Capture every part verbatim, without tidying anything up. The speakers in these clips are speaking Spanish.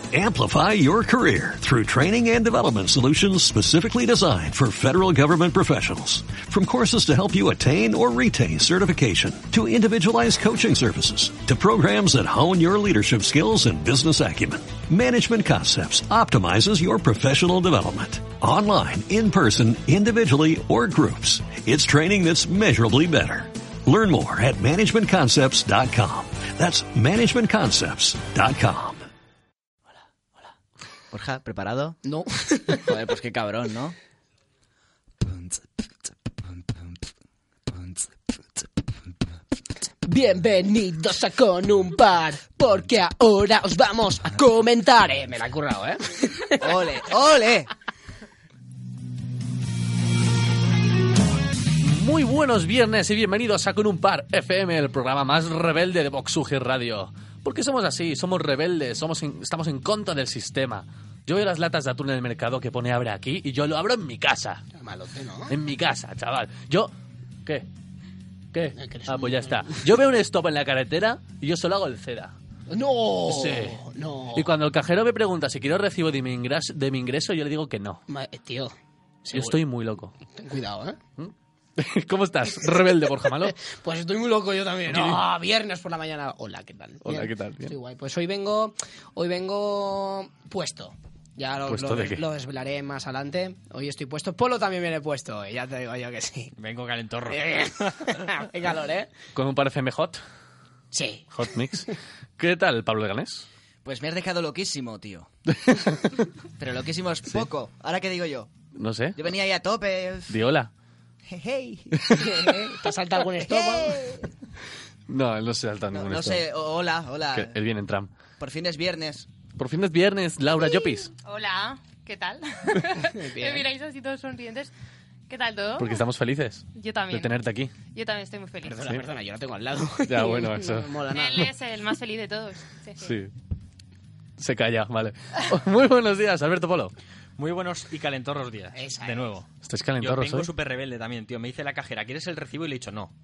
Amplify your career through training and development solutions specifically designed for federal government professionals. From courses to help you attain or retain certification, to individualized coaching services, to programs that hone your leadership skills and business acumen, Management Concepts optimizes your professional development. Online, in person, individually, or groups, it's training that's measurably better. Learn more at management concepts dot com. That's management concepts dot com. Borja, ¿preparado? No. Joder, pues qué cabrón, ¿no? Bienvenidos a Con un Par, porque ahora os vamos a comentar. Eh, me la he currado, ¿eh? ¡Ole, ole! Muy buenos viernes y bienvenidos a Con un Par F M, el programa más rebelde de Voxugi Radio. Porque somos así, somos rebeldes, somos en, estamos en contra del sistema. Yo veo las latas de atún en el mercado que pone abre aquí y yo lo abro en mi casa. Malote, ¿no? En mi casa, chaval. Yo... ¿Qué? ¿Qué? Ah, pues ya está. Yo veo un stop en la carretera y yo solo hago el ceda. ¡No! Sí. No. Y cuando el cajero me pregunta si quiero recibo de mi ingreso, de mi ingreso yo le digo que no. Ma- tío. Yo seguro. estoy muy loco. Ten cuidado, ¿eh? ¿Cómo estás? Rebelde, Borja Malo. Pues estoy muy loco yo también. ¡Ah! Viernes por la mañana. Hola, ¿qué tal? Hola, Bien. ¿qué tal? Bien. Estoy guay. Pues hoy vengo... Hoy vengo puesto. Ya lo, ¿Puesto lo, de qué? lo desvelaré más adelante. Hoy estoy puesto. Polo también viene puesto. Ya te digo yo que sí. Vengo calentorro. Qué calor, ¿eh? Con un par F M hot. Sí. Hot mix. ¿Qué tal, Pablo Leganés? Pues me has dejado loquísimo, tío. Pero loquísimo es poco. ¿Ahora qué digo yo? No sé. Yo venía ahí a tope. Di hola. Hey. ¿Te ha saltado algún stop? No, él no se salta No, ningún no stop. sé, o- hola, hola. Que él viene en tram. Por fin es viernes. Por fin es viernes, Laura Llopis. Hola, ¿qué tal? Bien. Me miráis así todos sonrientes. ¿Qué tal todo? Porque estamos felices Yo también. de tenerte aquí. Yo también estoy muy feliz. Perdona, Sí. perdona, yo no tengo al lado. Ya, bueno, eso. No me mola nada. Él es el más feliz de todos. Sí, sí. Sí. Se calla, vale. Muy buenos días, Alberto Polo. Muy buenos y calentorros días. Esa de es. nuevo. ¿Estáis Yo calentorros vengo hoy? súper rebelde también, tío. Me dice la cajera, ¿quieres el recibo? Y le he dicho no.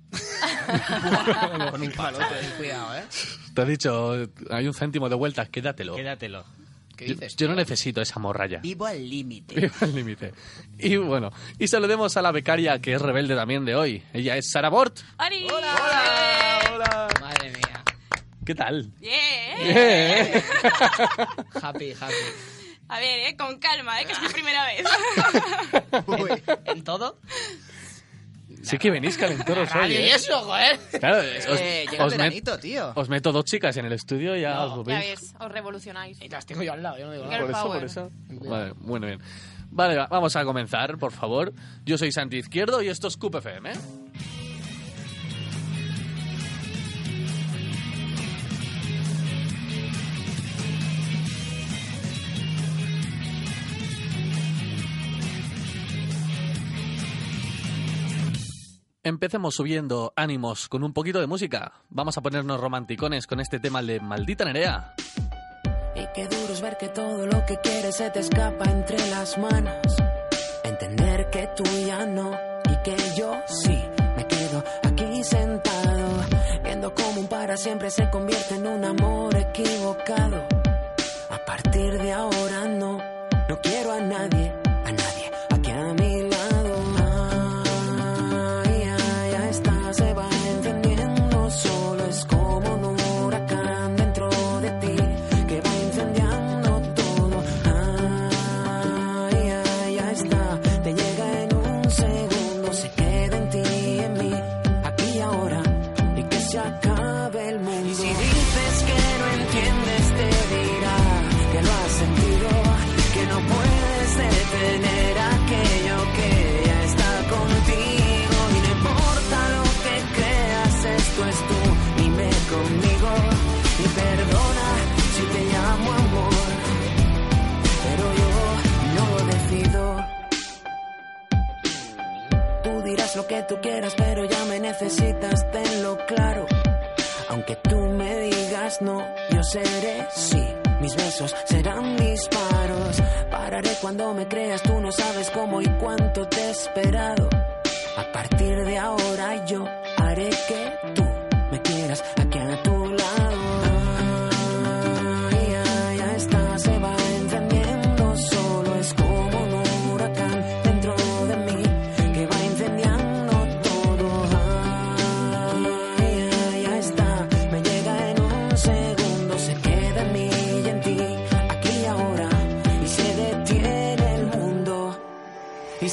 Con un palo, ten cuidado, ¿eh? Te has dicho, hay un céntimo de vuelta, quédatelo. Quédatelo. ¿Qué Yo, dices? yo no tío? necesito esa morralla. Vivo al límite. Viva el límite. Y bueno, y saludemos a la becaria que es rebelde también de hoy. Ella es Sara Bort. ¡Ari! Hola. Madre mía. ¿Qué tal? Bien. Bien. Happy, happy. A ver, eh, con calma, eh, que es mi primera vez. Uy, ¿en todo? Sí que venís calentoros hoy, Radio y ¿eh? eso, joder. Claro, Eh, llega el os, met- veranito, tío. os meto dos chicas en el estudio y ya No, os Ya veis. ves, os revolucionáis. Y las tengo yo al lado, yo no digo Girl nada. Por eso, power. por eso. Vale, bueno, bien. Vale, va- vamos a comenzar, por favor. Yo soy Santi Izquierdo y esto es Cup F M, ¿eh? Empecemos subiendo ánimos con un poquito de música. Vamos a ponernos romanticones con este tema de Maldita Nerea. Y qué duro es ver que todo lo que quieres se te escapa entre las manos. Entender que tú ya no y que yo sí me quedo aquí sentado, viendo cómo un para siempre se convierte en un amor equivocado. A partir de ahora no, no quiero a nadie, a nadie aquí a mi lado. Ay, ay, ya está, se va entendiendo, solo es como un huracán dentro de ti que va incendiando todo. Ay, ay, ya está, te llega en un segundo, se queda en ti y en mí, aquí y ahora, y que se acabe el mundo. Y si dices que no entiendes, te dirá que lo has sentido, que no puedes detener aquello que ya está contigo. Y no importa lo que creas, esto es tú, dime conmigo. Y perdona si te llamo amor, pero yo no lo decido. Tú dirás lo que tú quieras, pero ya me necesitas, tenlo claro. Aunque tú me digas no, yo seré sí. Mis besos serán disparos. Pararé cuando me creas, tú no sabes cómo y cuánto te he esperado. A partir de ahora yo haré que tú me quieras aquí a tu lado. Ay, ay, ya está, se va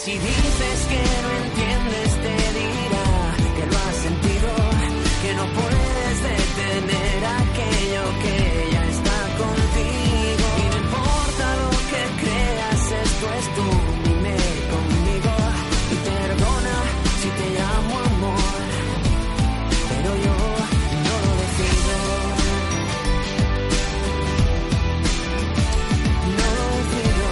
si dices que no entiendes, te dirá que lo has sentido, que no puedes detener aquello que ya está contigo. Y no importa lo que creas, esto es tú, dime conmigo. Y perdona si te llamo amor, pero yo no lo decido. No lo decido.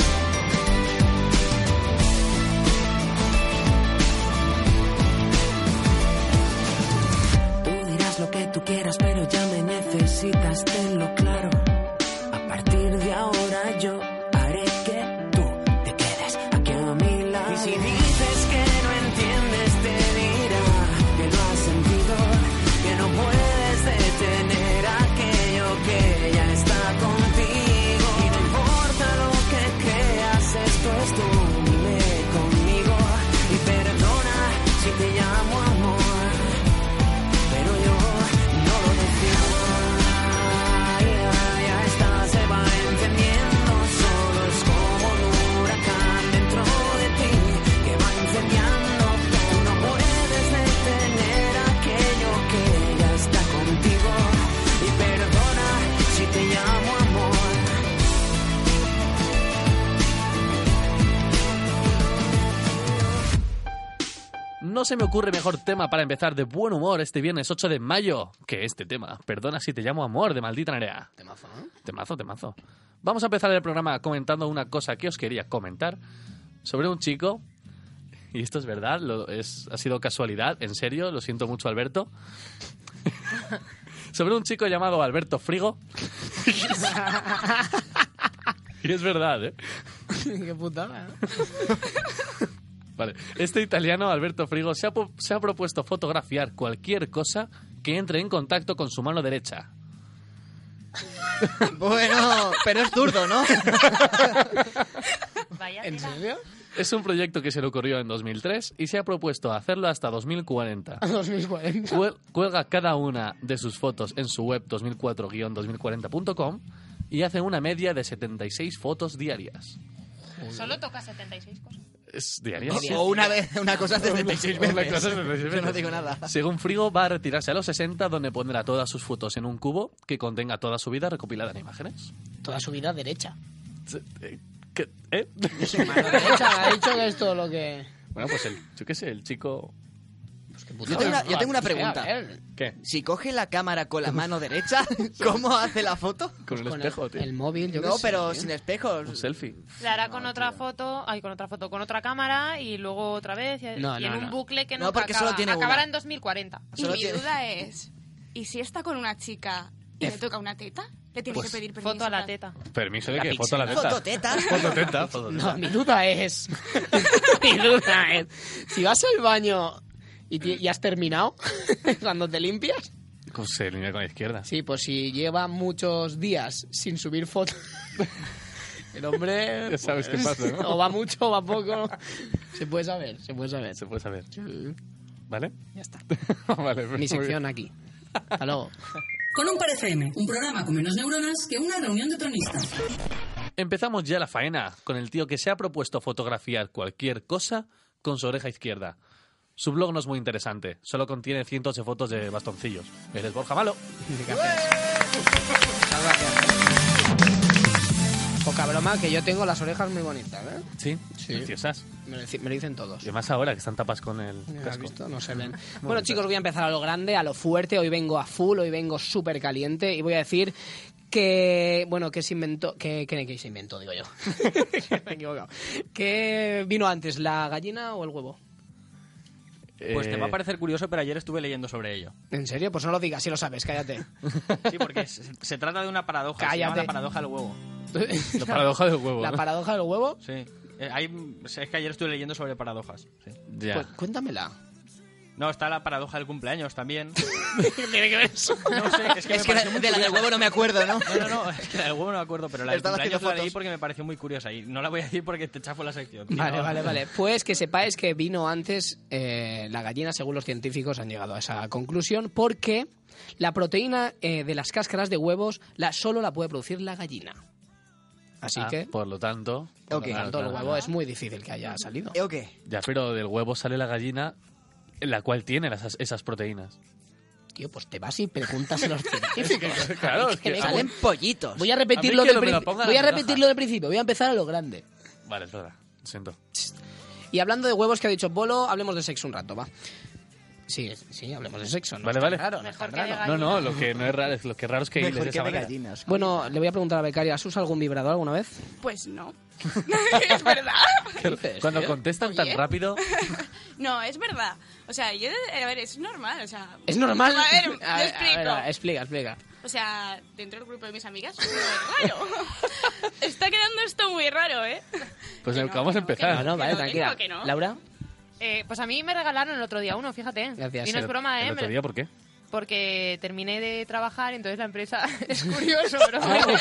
Tú dirás lo que tú quieras, pero ya me necesitas, tenlo claro. A partir de ahora yo haré que tú te quedes aquí a mi lado. Y si dices que no entiendes, te dirá que lo has sentido, que no puedes detener aquello que ya está contigo. Y no importa lo que creas, esto es tú, dime conmigo. Y perdona si te llamo amor, pero yo no lo decido. Ya, ya está, se va encendiendo, solo es como un huracán dentro de ti que va incendiando. Tú no puedes detener aquello que ya está contigo. Y perdona si te llamo amor. No se me ocurre mejor tema para empezar de buen humor este viernes ocho de mayo que este tema. Perdona si te llamo amor, de Maldita Nerea. Temazo, ¿no? Temazo, temazo. Vamos a empezar el programa comentando una cosa que os quería comentar sobre un chico. Y esto es verdad, lo, es, ha sido casualidad, en serio, lo siento mucho, Alberto. Sobre un chico llamado Alberto Frigo. Y es verdad, ¿eh? Qué putada, ¿eh? Vale. Este italiano, Alberto Frigo, se ha, po- se ha propuesto fotografiar cualquier cosa que entre en contacto con su mano derecha. Bueno, pero es zurdo, ¿no? Vaya ¿En tela. serio? Es un proyecto que se le ocurrió en dos mil tres y se ha propuesto hacerlo hasta dos mil cuarenta. A dos mil cuarenta. Cuel- Cuelga cada una de sus fotos en su web dos mil cuatro guion dos mil cuarenta punto com y hace una media de setenta y seis fotos diarias. Solo toca setenta y seis cosas. ¿Es diarias? O una vez, una cosa setenta y seis Una veces. cosa setenta y seis Yo no veces. digo nada. Según Frigo, va a retirarse a los sesenta, donde pondrá todas sus fotos en un cubo que contenga toda su vida recopilada en imágenes. Toda su vida derecha. Eh, ¿qué? ¿Eh? Mano derecha, ha dicho que es todo lo que... Bueno, pues el, yo qué sé, el chico... Pues qué Yo putada. tengo una, yo tengo una No sé, pregunta. a ver, ¿Qué? Si coge la cámara con la mano derecha, ¿cómo hace la foto? Con el con espejo, el, tío. el móvil, yo No, qué sé, pero tío. sin espejos. Un selfie. La hará con otra foto, ay, con otra foto, con otra cámara y luego otra vez y, No, y no, en un no. bucle que No, nunca porque acaba. solo tiene una. Acabará en dos mil cuarenta. Y Solo mi tiene- duda es, ¿y si está con una chica y le toca una teta? ¿Le tienes Pues, que pedir permiso? Foto a la para- teta. Permiso de La que foto a la teta. Fototeta. Fototeta, fototeta. No, mi duda es... mi duda es... Si vas al baño y, ti- y has terminado, cuando te limpias... Con- Se línea con la izquierda. Sí, pues si lleva muchos días sin subir fotos... El hombre... Ya sabes qué pues, pasa, ¿no? O va mucho o va poco. Se puede saber, se puede saber. Se puede saber. ¿Vale? Ya está. Vale, Mi muy sección bien. aquí. Hasta luego. Con un par F M, un programa con menos neuronas que una reunión de tronistas. Empezamos ya la faena con el tío que se ha propuesto fotografiar cualquier cosa con su oreja izquierda. Su blog no es muy interesante, solo contiene cientos de fotos de bastoncillos. Eres Borja Malo. Poca broma, que yo tengo las orejas muy bonitas, ¿eh? Sí, Sí. preciosas. Me lo, dici- me lo dicen todos. Y además ahora que están tapas con el ¿Has casco. visto? No se ven. Bueno, bonitas. chicos, voy a empezar a lo grande, a lo fuerte. Hoy vengo a full, hoy vengo súper caliente y voy a decir que, bueno, que se inventó, que, que, que se inventó, digo yo. Me he equivocado. ¿Qué vino antes, la gallina o el huevo? Pues te va a Eh, parecer curioso, pero ayer estuve leyendo sobre ello. ¿En serio? Pues no lo digas, si lo sabes, cállate. Sí, porque se, se trata de una paradoja. Se llama Cállate. la paradoja del huevo. La paradoja del huevo. La ¿no? paradoja del huevo, Sí. Eh, hay, es que ayer estuve leyendo sobre paradojas. Sí. Ya. pues cuéntamela. No, está la paradoja del cumpleaños también. Tiene que ver eso. No sé, es que, Es me que pareció muy de la del curiosa. huevo no me acuerdo, ¿no? No, no, no, es que la del huevo no me acuerdo, pero la del Estaba cumpleaños haciendo la leí fotos. porque me pareció muy curiosa y no la voy a decir porque te chafo la sección. tío. Vale, vale, vale. Pues que sepáis que vino antes eh, la gallina, según los científicos han llegado a esa conclusión, porque la proteína eh, de las cáscaras de huevos la, solo la puede producir la gallina. Así Ah, que, por lo tanto... Ok. por lo tanto, el huevo es muy difícil que haya salido. ¿O qué? Ya, pero del huevo sale la gallina, la cual tiene esas, esas proteínas. Tío, pues te vas y preguntas a los científicos. Claro, es que... me Salen pollitos. Voy a A mí repetirlo que del lo- me lo principio. pongan Voy a en mi repetirlo del principio. Voy a empezar a lo grande. Vale, es verdad. Lo siento. Y hablando de huevos que ha dicho Polo, hablemos de sexo un rato, va. Sí, sí, hablemos de sexo. No Vale, es tan vale. raro, no es Mejor tan que de raro. No, no, lo que no es raro es, lo que es raro es que hiles de Mejor que esa de manera. gallinas. Bueno, le voy a preguntar a la becaria, ¿has usado algún vibrador alguna vez? Pues no. Es verdad. Cuando contestan tan Oye. rápido... No, es verdad. O sea, yo, a ver, es normal, o sea... ¿Es normal? A ver, te A ver, explico. a ver, a ver, explica, explica. O sea, dentro del grupo de mis amigas es muy raro. Está quedando esto muy raro, ¿eh? Pues Que eh, no, vamos a que no, empezar. No, no, vale, no, tranquila. dijo que no. ¿Laura? Eh, pues a mí me regalaron el otro día uno, fíjate. Gracias. Y no es broma, ¿eh? ¿El otro Me- día por qué? Porque terminé de trabajar, entonces la empresa... es curioso, pero...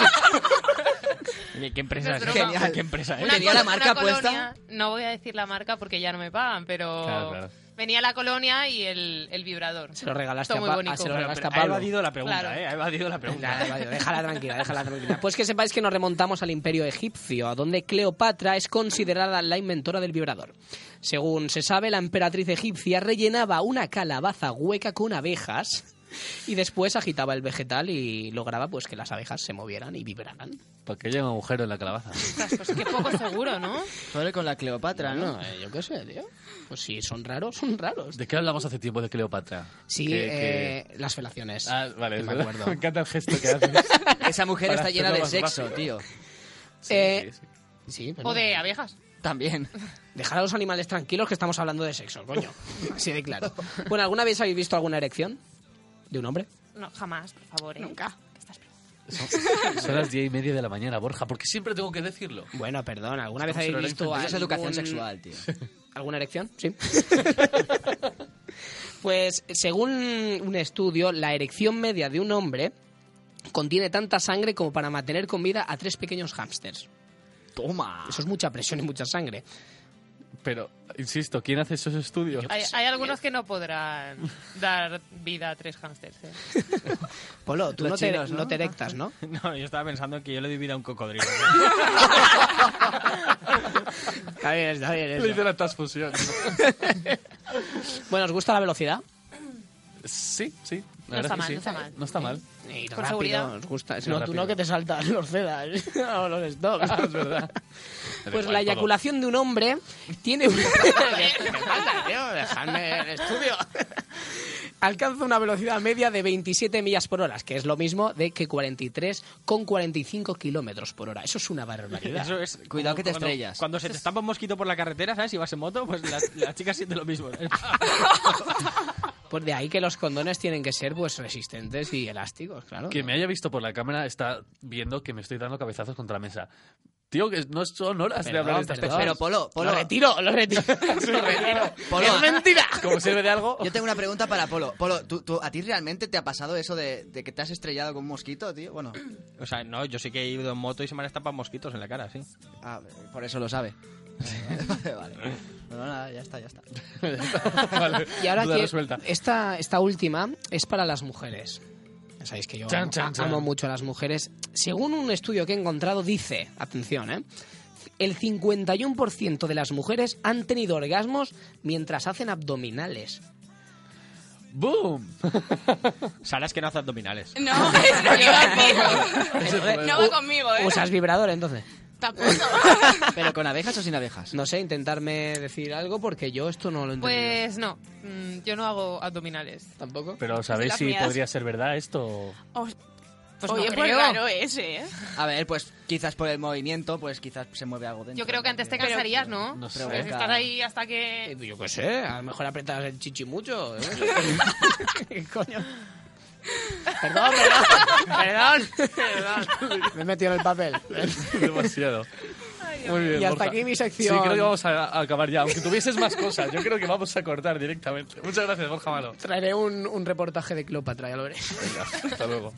Oye, ¿qué empresa es No es esa? broma. ¿Qué empresa es? Una ¿Tenía col- la marca una puesta? colonia- No voy a decir la marca porque ya no me pagan, pero Claro, claro. venía la colonia y el, el vibrador. Se lo regalaste Está a, muy Pa- bonito. ah, se lo Pero- regalaste a pero ha Pablo. evadido la pregunta, Claro. ¿eh? Ha evadido la pregunta. Nada, vale, déjala tranquila, déjala tranquila. Pues que sepáis que nos remontamos al Imperio Egipcio, donde Cleopatra es considerada la inventora del vibrador. Según se sabe, la emperatriz egipcia rellenaba una calabaza hueca con abejas y después agitaba el vegetal y lograba pues que las abejas se movieran y vibraran. ¿Por qué llega un agujero en la calabaza? Ostras, pues qué poco seguro, ¿no? Joder, con la Cleopatra, ¿no? No, eh, yo qué sé, tío. Pues si son raros, son raros. ¿De qué hablamos hace tiempo de Cleopatra? Sí, Que- que- eh, las felaciones. Ah, vale, que es me verdad. acuerdo. Me encanta el gesto que haces. Esa mujer Para está llena de hacerlo más sexo, rápido. tío. Sí, Eh, sí, sí. Sí, pero O de abejas. También. dejar a los animales tranquilos que estamos hablando de sexo, coño. Así de claro. Bueno, ¿alguna vez habéis visto alguna erección de un hombre? No, jamás, por favor, ¿eh? Nunca. ¿Qué estás preguntando? Son las diez y media de la mañana, Borja, porque siempre tengo que decirlo. Bueno, perdón, ¿alguna vez como si habéis lo era visto infantil. Es educación algún- sexual, tío. ¿Alguna erección? Sí. Pues según un estudio, la erección media de un hombre contiene tanta sangre como para mantener con vida a tres pequeños hámsters. Toma. Eso es mucha presión y mucha sangre. Pero, insisto, ¿quién hace esos estudios? Hay, hay algunos que no podrán dar vida a tres hámsters, ¿eh? Polo, tú Los no te, chinos, ¿no? no te erectas, ¿no? No, yo estaba pensando que yo le doy vida a un cocodrilo. Está bien, está bien Le eso. hice la transfusión. Bueno, ¿os gusta la velocidad? Sí, sí. La No verdad está que mal, sí. no está mal. No está mal. Y Con rápido, seguridad. ¿os gusta? Muy No, tú rápido. no que te saltas los cedas o los stops. Ah, es verdad. Pues igual, la todo. eyaculación de un hombre tiene un... ¿Qué pasa, tío? Dejadme el estudio. Alcanza una velocidad media de veintisiete millas por hora, que es lo mismo de que cuarenta y tres coma cuarenta y cinco kilómetros por hora. Eso es una barbaridad. Eso es Cuidado como que te cuando- estrellas. Cuando se te estampa un mosquito por la carretera, ¿sabes? Si vas en moto, pues la, la chica siente lo mismo. Pues de ahí que los condones tienen que ser pues resistentes y elásticos, claro. Que me haya visto por la cámara está viendo que me estoy dando cabezazos contra la mesa. Tío, que no son horas de Perdón, hablar de estas perdón. cosas. Pero, Polo, Polo. Lo retiro, lo retiro. Lo retiro. Polo. ¡Es mentira! Como sirve de algo... Yo tengo una pregunta para Polo. Polo, ¿tú, tú, ¿a ti realmente te ha pasado eso de, de que te has estrellado con un mosquito, tío? Bueno, O sea, no, yo sí que he ido en moto y se me han estampado mosquitos en la cara, sí. ah, por eso lo sabe. Vale, vale. Bueno, nada, ya está, ya está. Vale, Y ahora duda que resuelta. esta, esta última es para las mujeres. Ya sabéis que yo Chan, amo, chan, chan. amo mucho a las mujeres. Según un estudio que he encontrado, dice, atención, ¿eh? El cincuenta y uno por ciento de las mujeres han tenido orgasmos mientras hacen abdominales. ¡Boom! Sara es que no hace abdominales. No, es no iba conmigo. No va conmigo, ¿eh? ¿Usas vibrador entonces? Tampoco. ¿Pero con abejas o sin abejas? No sé, intentarme decir algo porque yo esto no lo entiendo. Pues no, mm, yo no hago abdominales. ¿Tampoco? Pero ¿sabéis las si mías. podría ser verdad esto? Oh, Pues Oye, no pues creo. raro ese, ¿eh? A ver, pues quizás por el movimiento, pues quizás se mueve algo dentro. Yo creo que antes te Pero- cansarías, ¿no? No sé. Pues estás ahí hasta que... Eh, Yo qué sé, a lo mejor apretas el chichi mucho. ¿eh? ¿Qué coño? Perdón, perdón, perdón, perdón. Me he metido en el papel. Demasiado. Muy bien, Y hasta Borja. aquí mi sección. Sí, creo que vamos a, a acabar ya. Aunque tuvieses más cosas, yo creo que vamos a cortar directamente. Muchas gracias, Borja Malo. Traeré un, un reportaje de Cleopatra, ya lo veréis. Venga, hasta luego.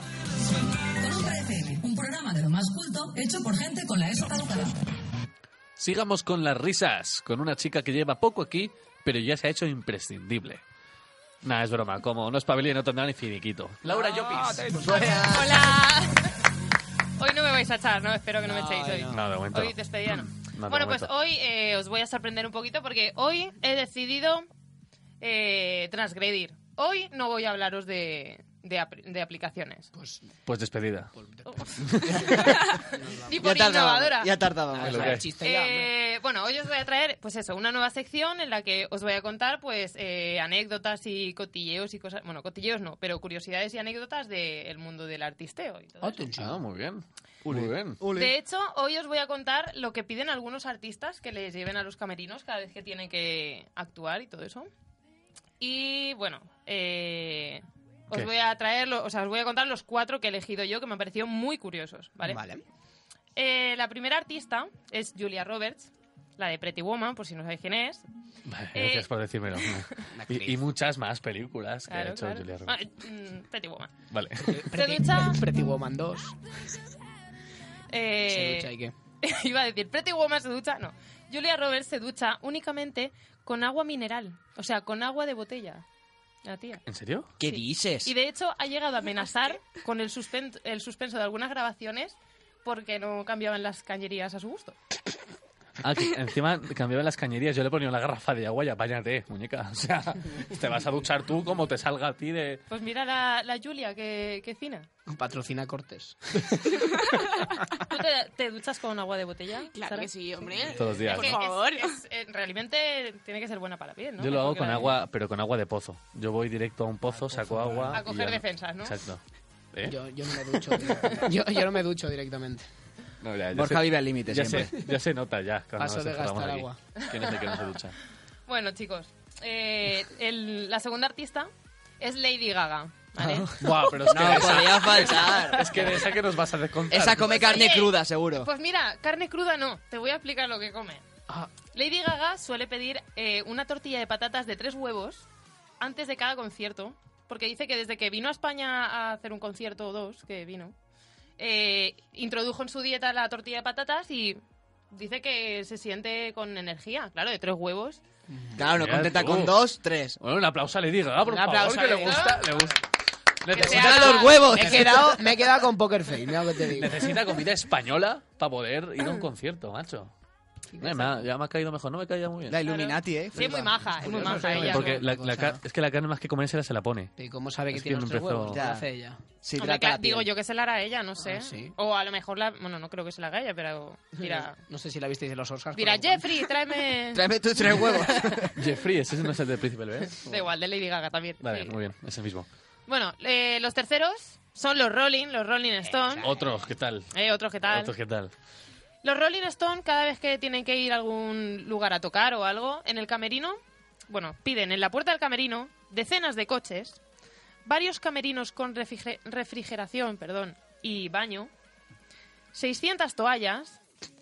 Contra F M, un programa de lo más culto hecho por gente con la ESO caducada. Sigamos con las risas, con una chica que lleva poco aquí, pero ya se ha hecho imprescindible. Nah, es broma, como no espabile no tendrá ni finiquito. Laura Llopis. Hola. Hoy no me vais a echar, ¿no? Espero que no, No, me echéis hoy. no. No, de momento Hoy no. despedida no. No, de Bueno, pues momento. hoy eh, os voy a sorprender un poquito porque hoy he decidido eh, transgredir. Hoy no voy a hablaros de, de, ap- de aplicaciones. Pues, Pues despedida. Ni por Ya tardábamos. innovadora. Ya tardábamos. Es lo que hay. chiste ya, hombre. Eh, bueno, hoy os voy a traer, pues eso, una nueva sección en la que os voy a contar, pues, eh, anécdotas y cotilleos y cosas... Bueno, cotilleos no, pero curiosidades y anécdotas del mundo del artisteo y todo eso. Atención. Ah, muy bien. Muy bien. De hecho, hoy os voy a contar lo que piden algunos artistas que les lleven a los camerinos cada vez que tienen que actuar y todo eso. Y bueno, eh, os ¿Qué? voy a traer, lo- o sea, os voy a contar los cuatro que he elegido yo que me han parecido muy curiosos, ¿vale? Vale. Eh, la primera artista es Julia Roberts, la de Pretty Woman, por si no sabéis quién es. Vale, Eh, gracias por decírmelo. y, y muchas más películas que ha Claro, hecho claro. Julia Ah, Roberts. mm, Pretty Woman. Vale. Pretty, ducha? Pretty Woman dos. Eh, Se ducha y qué. Iba a decir, Pretty Woman se ducha, no. Julia Roberts se ducha únicamente con agua mineral, o sea, con agua de botella. La tía. ¿En serio? ¿Qué Sí. dices? Y de hecho ha llegado a amenazar con el, suspen- el suspenso de algunas grabaciones porque no cambiaban las cañerías a su gusto. Ah, que encima cambiaba las cañerías. Yo le ponía una garrafa de agua y apáñate, muñeca. O sea, te vas a duchar tú como te salga a ti de... Pues mira la, la Julia, que, que fina. Patrocina Cortés. ¿Tú te, te duchas con agua de botella? Claro Sara? que sí, hombre. Todos los días. Por Es que es- favor. es- eh, realmente tiene que ser buena para la piel, ¿no? Yo lo hago Mejor que con la- agua, pero con agua de pozo. Yo voy directo a un pozo, saco agua... A y coger ya- defensas, ¿no? Exacto. ¿Eh? Yo, yo no me ducho. directamente. Yo, yo no me ducho directamente. No, ya, ya Borja se- vive al límite ya siempre. se, ya se nota ya cuando Paso nos de encerramos gastar aquí. agua. ¿Quién es el que no se ducha? Bueno, chicos, eh, el- la segunda artista es Lady Gaga, ¿vale? Buah, pero es que, No de esa, podía faltar. es que de esa que nos vas a descontar. Esa come carne Oye, cruda, seguro. Pues mira, carne cruda no, te voy a explicar lo que come. Ah, Lady Gaga suele pedir eh, una tortilla de patatas de tres huevos antes de cada concierto, porque dice que desde que vino a España a hacer un concierto o dos, que vino, eh, introdujo en su dieta la tortilla de patatas y dice que se siente con energía, claro, de tres huevos. Claro, no Mira contenta tú. con dos, tres. Bueno, un aplauso a Lady Gaga, por Un favor, aplauso que a le Lady gusta, Gaga. le gusta. sea- Necesita, los huevos! me, he quedado, me he quedado con Poker Face, mira lo que te digo. necesita comida española para poder ir a un concierto, macho. Eh, me ha- ya me ha caído mejor, no me caía muy bien. La Illuminati, ¿eh? Sí, es muy maja, es muy maja ella. Porque la, Una la cosa. ca- es que la carne más que comérsela se la pone. ¿Y cómo sabe que Es que tiene los tres empezó- huevos? ¿Qué Ya. hace ella? Se Hombre, hidrata que- la piel. digo yo que se la hará ella, no sé. Ah, ¿sí? O a lo mejor la... Bueno, no creo que se la haga ella, pero... Mira, No sé si la visteis en los Oscars. mira pero- Jeffrey, tráeme... Tráeme tus tres huevos. Jeffrey, ese no es el del Príncipe Bel. Da igual, de Lady Gaga también. Vale, sí. muy bien, ese mismo. Bueno, eh, los terceros son los Rolling, los Rolling Stone. Otros, ¿qué tal? Eh, otros que tal. Otros, ¿qué tal? Los Rolling Stone, cada vez que tienen que ir a algún lugar a tocar o algo, en el camerino, bueno, piden en la puerta del camerino decenas de coches, varios camerinos con refrige- refrigeración, perdón, y baño, seiscientas toallas,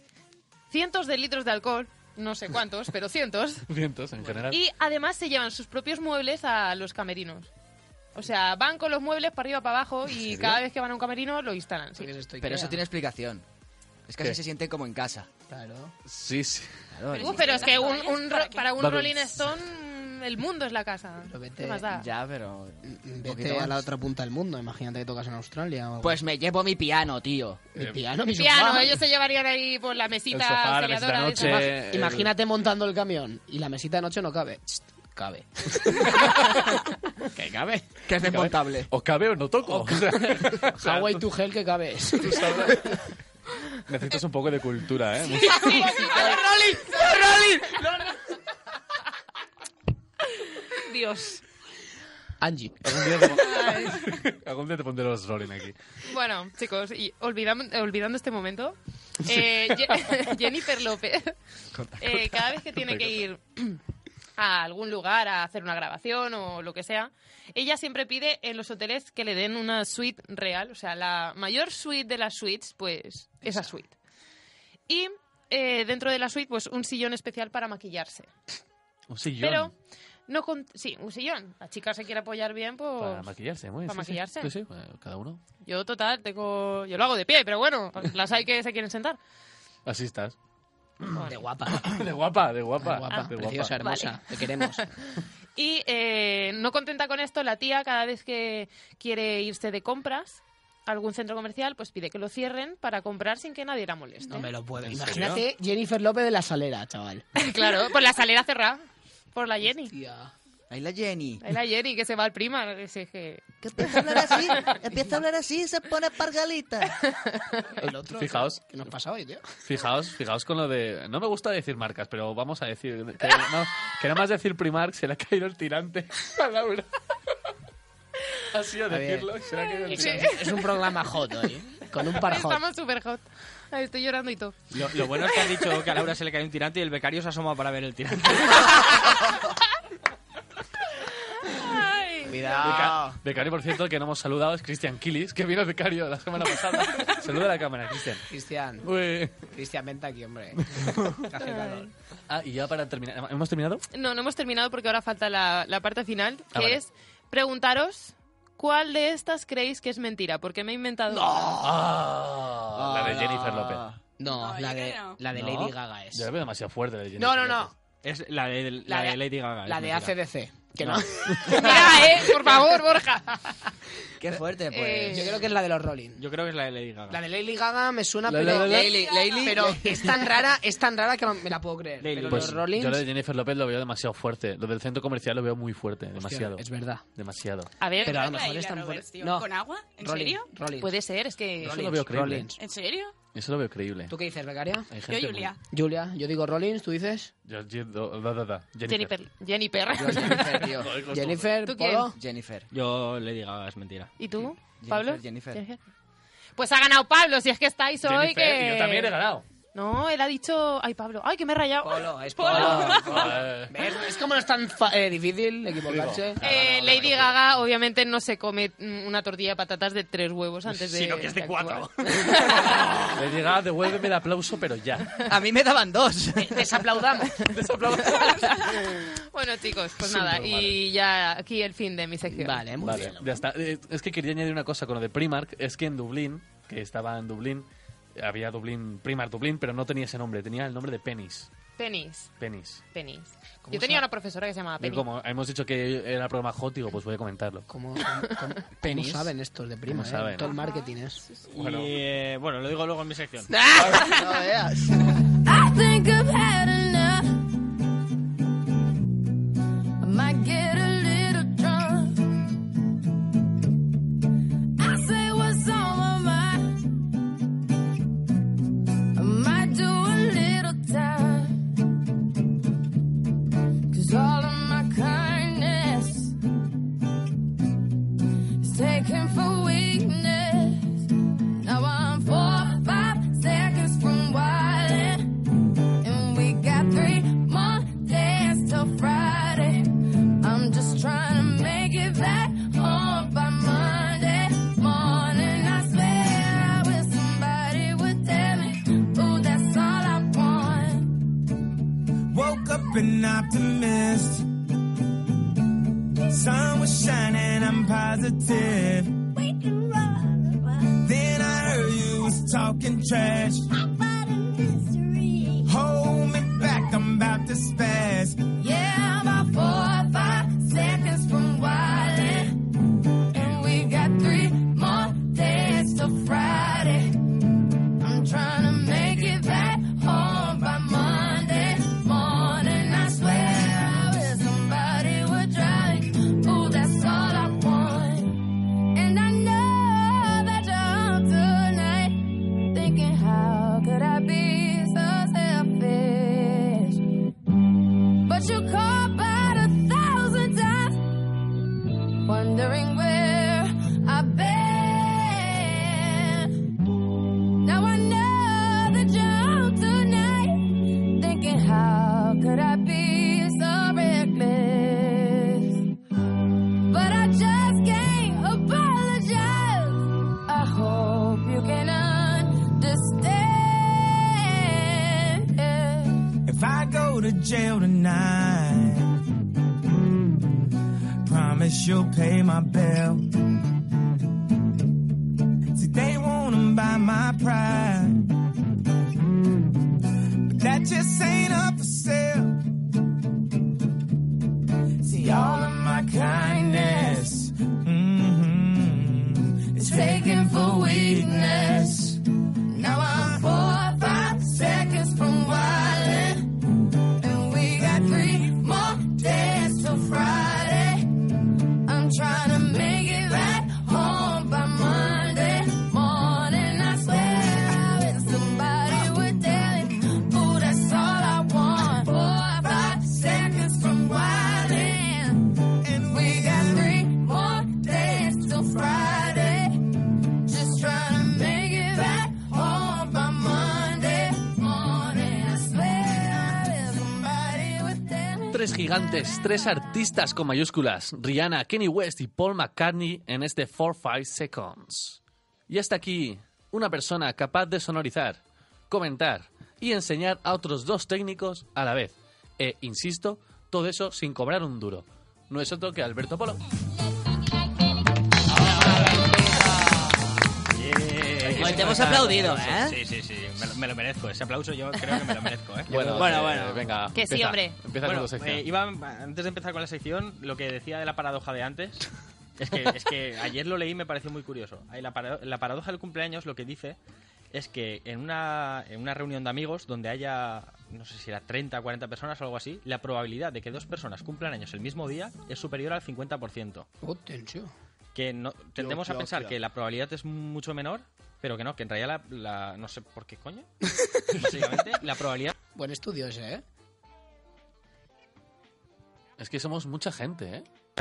cientos de litros de alcohol, no sé cuántos, pero cientos, Vientos, en general. y además se llevan sus propios muebles a los camerinos. O sea, van con los muebles para arriba, para abajo, y cada vez que van a un camerino lo instalan. sí. Porque es esto Pero Ikea. eso tiene explicación. Es que ¿Qué? así se sienten como en casa. Claro. Sí, sí. Claro, Uh, pero es que un, un ro- para un Vale. Rolling Stone, el mundo es la casa. Pero vete- ¿Qué más da? Ya, pero... un poquito Vete a más. la otra punta del mundo. Imagínate que tocas en Australia. O algo. Pues me llevo mi piano, tío. mi piano, mi Piano, sofá. ellos se llevarían ahí por la mesita El sofá, la mesita seriadora de de esa. noche. el- Imagínate montando el camión y la mesita de noche no cabe. Chst, cabe. ¿Qué cabe? Que es desmontable. ¿O cabe o no toco? O sea, o sea, Hawaii tú- to hell que cabe. tú sabes- Necesitas un poco de cultura, ¿eh? Dios. Angie. Algún día te, algún día te pondré los Rolling aquí. Bueno, chicos, y olvidam- olvidando este momento, eh, Ye- Jennifer López, eh, cada vez que tiene que ir a algún lugar a hacer una grabación o lo que sea, ella siempre pide en los hoteles que le den una suite real, o sea, la mayor suite de las suites, pues esa suite. Y eh, dentro de la suite, pues un sillón especial para maquillarse. Un sillón. Pero no con... Sí, un sillón. La chica se quiere apoyar bien, pues... Para maquillarse, muy bien. para sí, sí. maquillarse. Sí, sí, eh, cada uno. Yo, total, tengo... Yo lo hago de pie, pero bueno, las hay que se quieren sentar. Así estás. De guapa. De guapa, de guapa. De guapa. de Preciosa, hermosa. Vale. Te queremos. Y eh, no contenta con esto, la tía cada vez que quiere irse de compras, algún centro comercial, pues pide que lo cierren para comprar sin que nadie la moleste. No me lo puedo. ¿En Imagínate serio? Jennifer López de la Salera, chaval. Claro, por la salera cerrada. Por la Jenny. Tía. Ahí la Jenny. Ahí la Jenny, que se va al prima. Ese que... Que empieza a hablar así, empieza a hablar así y se pone pargalita. El otro. Fijaos. ¿Qué nos pasa hoy, tío? Fijaos, fijaos con lo de... No me gusta decir marcas, pero vamos a decir... Que, no, que nada más decir Primark se le ha caído el tirante a Laura. Ha sido Está decirlo, bien. se le ha caído el Es, tirante. es un programa hot hoy, con un par hot. Estamos súper hot. Ay, estoy llorando y todo. Lo, lo bueno es que has dicho que a Laura se le cae un tirante y el becario se asoma para ver el tirante. Ay. Cuidado. Beca- becario, por cierto, que no hemos saludado es Cristian Kilis, que vino el becario la semana pasada. Saluda a la cámara, Cristian. Cristian. Uy. Cristian, vente aquí, hombre. Que hace calor. Ah, y ya para terminar... ¿Hemos terminado? No, no hemos terminado porque ahora falta la, la parte final, que Ah, vale. es preguntaros cuál de estas creéis que es mentira, porque me he inventado... Ah, la de Jennifer López. No, No, la yo de, creo que no. la de ¿No? Lady Gaga es. Yo la veo demasiado fuerte la de Jennifer No, no, López. no. Es la de, la La de de- Lady Gaga. La es de mentira. A C D C. Que no. Mira, eh, por favor, Borja. Qué fuerte, pues. Eh, Yo creo que es la de los Rolling. Yo creo que es la de Lady Gaga. La de Lady Gaga me suena, La- pero, la- la- la- Layli- Layli- pero es tan rara, es tan rara que no me la puedo creer. Layli. Pero Pues los Rollins, yo lo de Jennifer López lo veo demasiado fuerte. Lo del centro comercial lo veo muy fuerte, demasiado. es verdad. Demasiado. A ver, Pero a lo ¿Qué mejor trae es la tan Roberts, fuerte. tío? No. ¿Con agua? ¿En Rollins, serio? Rollins. puede ser, es que... Eso lo veo creíble. Rollins. ¿En serio? Eso lo veo creíble. ¿Tú qué dices, becaria? Hay Yo, gente muy- Julia. Julia, yo digo Rollins, ¿tú dices? Yo, yo- do- da, da, da. Jennifer. Jennifer. Jennifer, tío. Jennifer, ¿Tú quién? Polo. Jennifer. Yo Lady Gaga es mentira. ¿Y tú, Jennifer, Pablo? Jennifer. Pues ha ganado Pablo, si es que estáis hoy Jennifer, que... y yo también he ganado. No, él ha dicho... Ay, Pablo. Ay, que me he rayado. Polo, es Polo. Polo. Joder. ¿Ves? Es como no es tan fa- eh, difícil equivocarse. Eh, Lady Gaga obviamente no se come mm, una tortilla de patatas de tres huevos antes de... Sino que es de cuatro. actuar. Le diga, devuélveme el aplauso, pero ya. A mí me daban dos. Desaplaudamos. Bueno, chicos, pues nada. Y ya aquí el fin de mi sección. Vale, muy Vale, bien. ya está. Eh, Es que quería añadir una cosa con lo de Primark. Es que en Dublín, que estaba en Dublín, había Dublín, Primark Dublín, pero no tenía ese nombre. Tenía el nombre de Pennies. Penis. Pennies. Penis. ¿Cómo Yo tenía se- una profesora que se llamaba Y Penny. como hemos dicho que era programa hot, digo, pues voy a comentarlo. ¿Cómo, cómo, cómo- cómo Penis. saben estos de prima? ¿Cómo eh? saben? Todo el marketing es. Bueno. Y eh, bueno, lo digo luego en mi sección. No veas. I think I've had enough. I might get a little drunk. I say what's on my mind. I might do a little time. 'Cause all of my kindness is taken for weakness. Now I'm four or five seconds from wildin', and we got three more days till Friday. I'm just trying to make it back home by Monday morning. I swear I wish somebody would tell me, ooh, that's all I want. Woke up an optimist. Sun was shining, I'm positive. Then I heard you was talking trash. Hold me back, I'm about to spaz. Yeah, about four or five seconds from wildin', and we got three more days till Friday. I'm trying to make it back home by Monday morning. I swear I wish somebody would drive me. Ooh, that's all I want. And I know that you're up tonight, thinking how could I be so selfish? But you call about a thousand times, wondering where I've been. Now I know that you're out tonight, thinking how could I be so reckless? But I just can't apologize. I hope you can understand. If I go to jail tonight, promise you'll pay my bill. See, they wanna buy my pride, but that just ain't up for sale. See, all of my kindness, mm-hmm, is taken for tres gigantes, tres artistas con mayúsculas, Rihanna, Kanye West y Paul McCartney en este four five seconds. Y hasta aquí, una persona capaz de sonorizar, comentar y enseñar a otros dos técnicos a la vez. E, insisto, todo eso sin cobrar un duro. No es otro que Alberto Polo. Hoy te hemos aplaudido, ¿eh? Sí, sí, sí, me lo, me lo merezco. Ese aplauso yo creo que me lo merezco, ¿eh? Bueno, Bueno, eh, bueno. venga. Que sí, empieza, hombre. Empieza Bueno, con tu sección. eh, iba, antes de empezar con la sección, lo que decía de la paradoja de antes, es que, es que ayer lo leí y me pareció muy curioso. Ahí La, para, la paradoja del cumpleaños lo que dice es que en una, en una reunión de amigos donde haya, no sé si era treinta o cuarenta personas o algo así, la probabilidad de que dos personas cumplan años el mismo día es superior al cincuenta por ciento. Oh, tensión. Que no, tendemos a yo, pensar yo. que la probabilidad es mucho menor, pero que no, que en realidad la, la- no sé por qué coño, básicamente la probabilidad... Buen estudio ese, ¿eh? Es que somos mucha gente, ¿eh?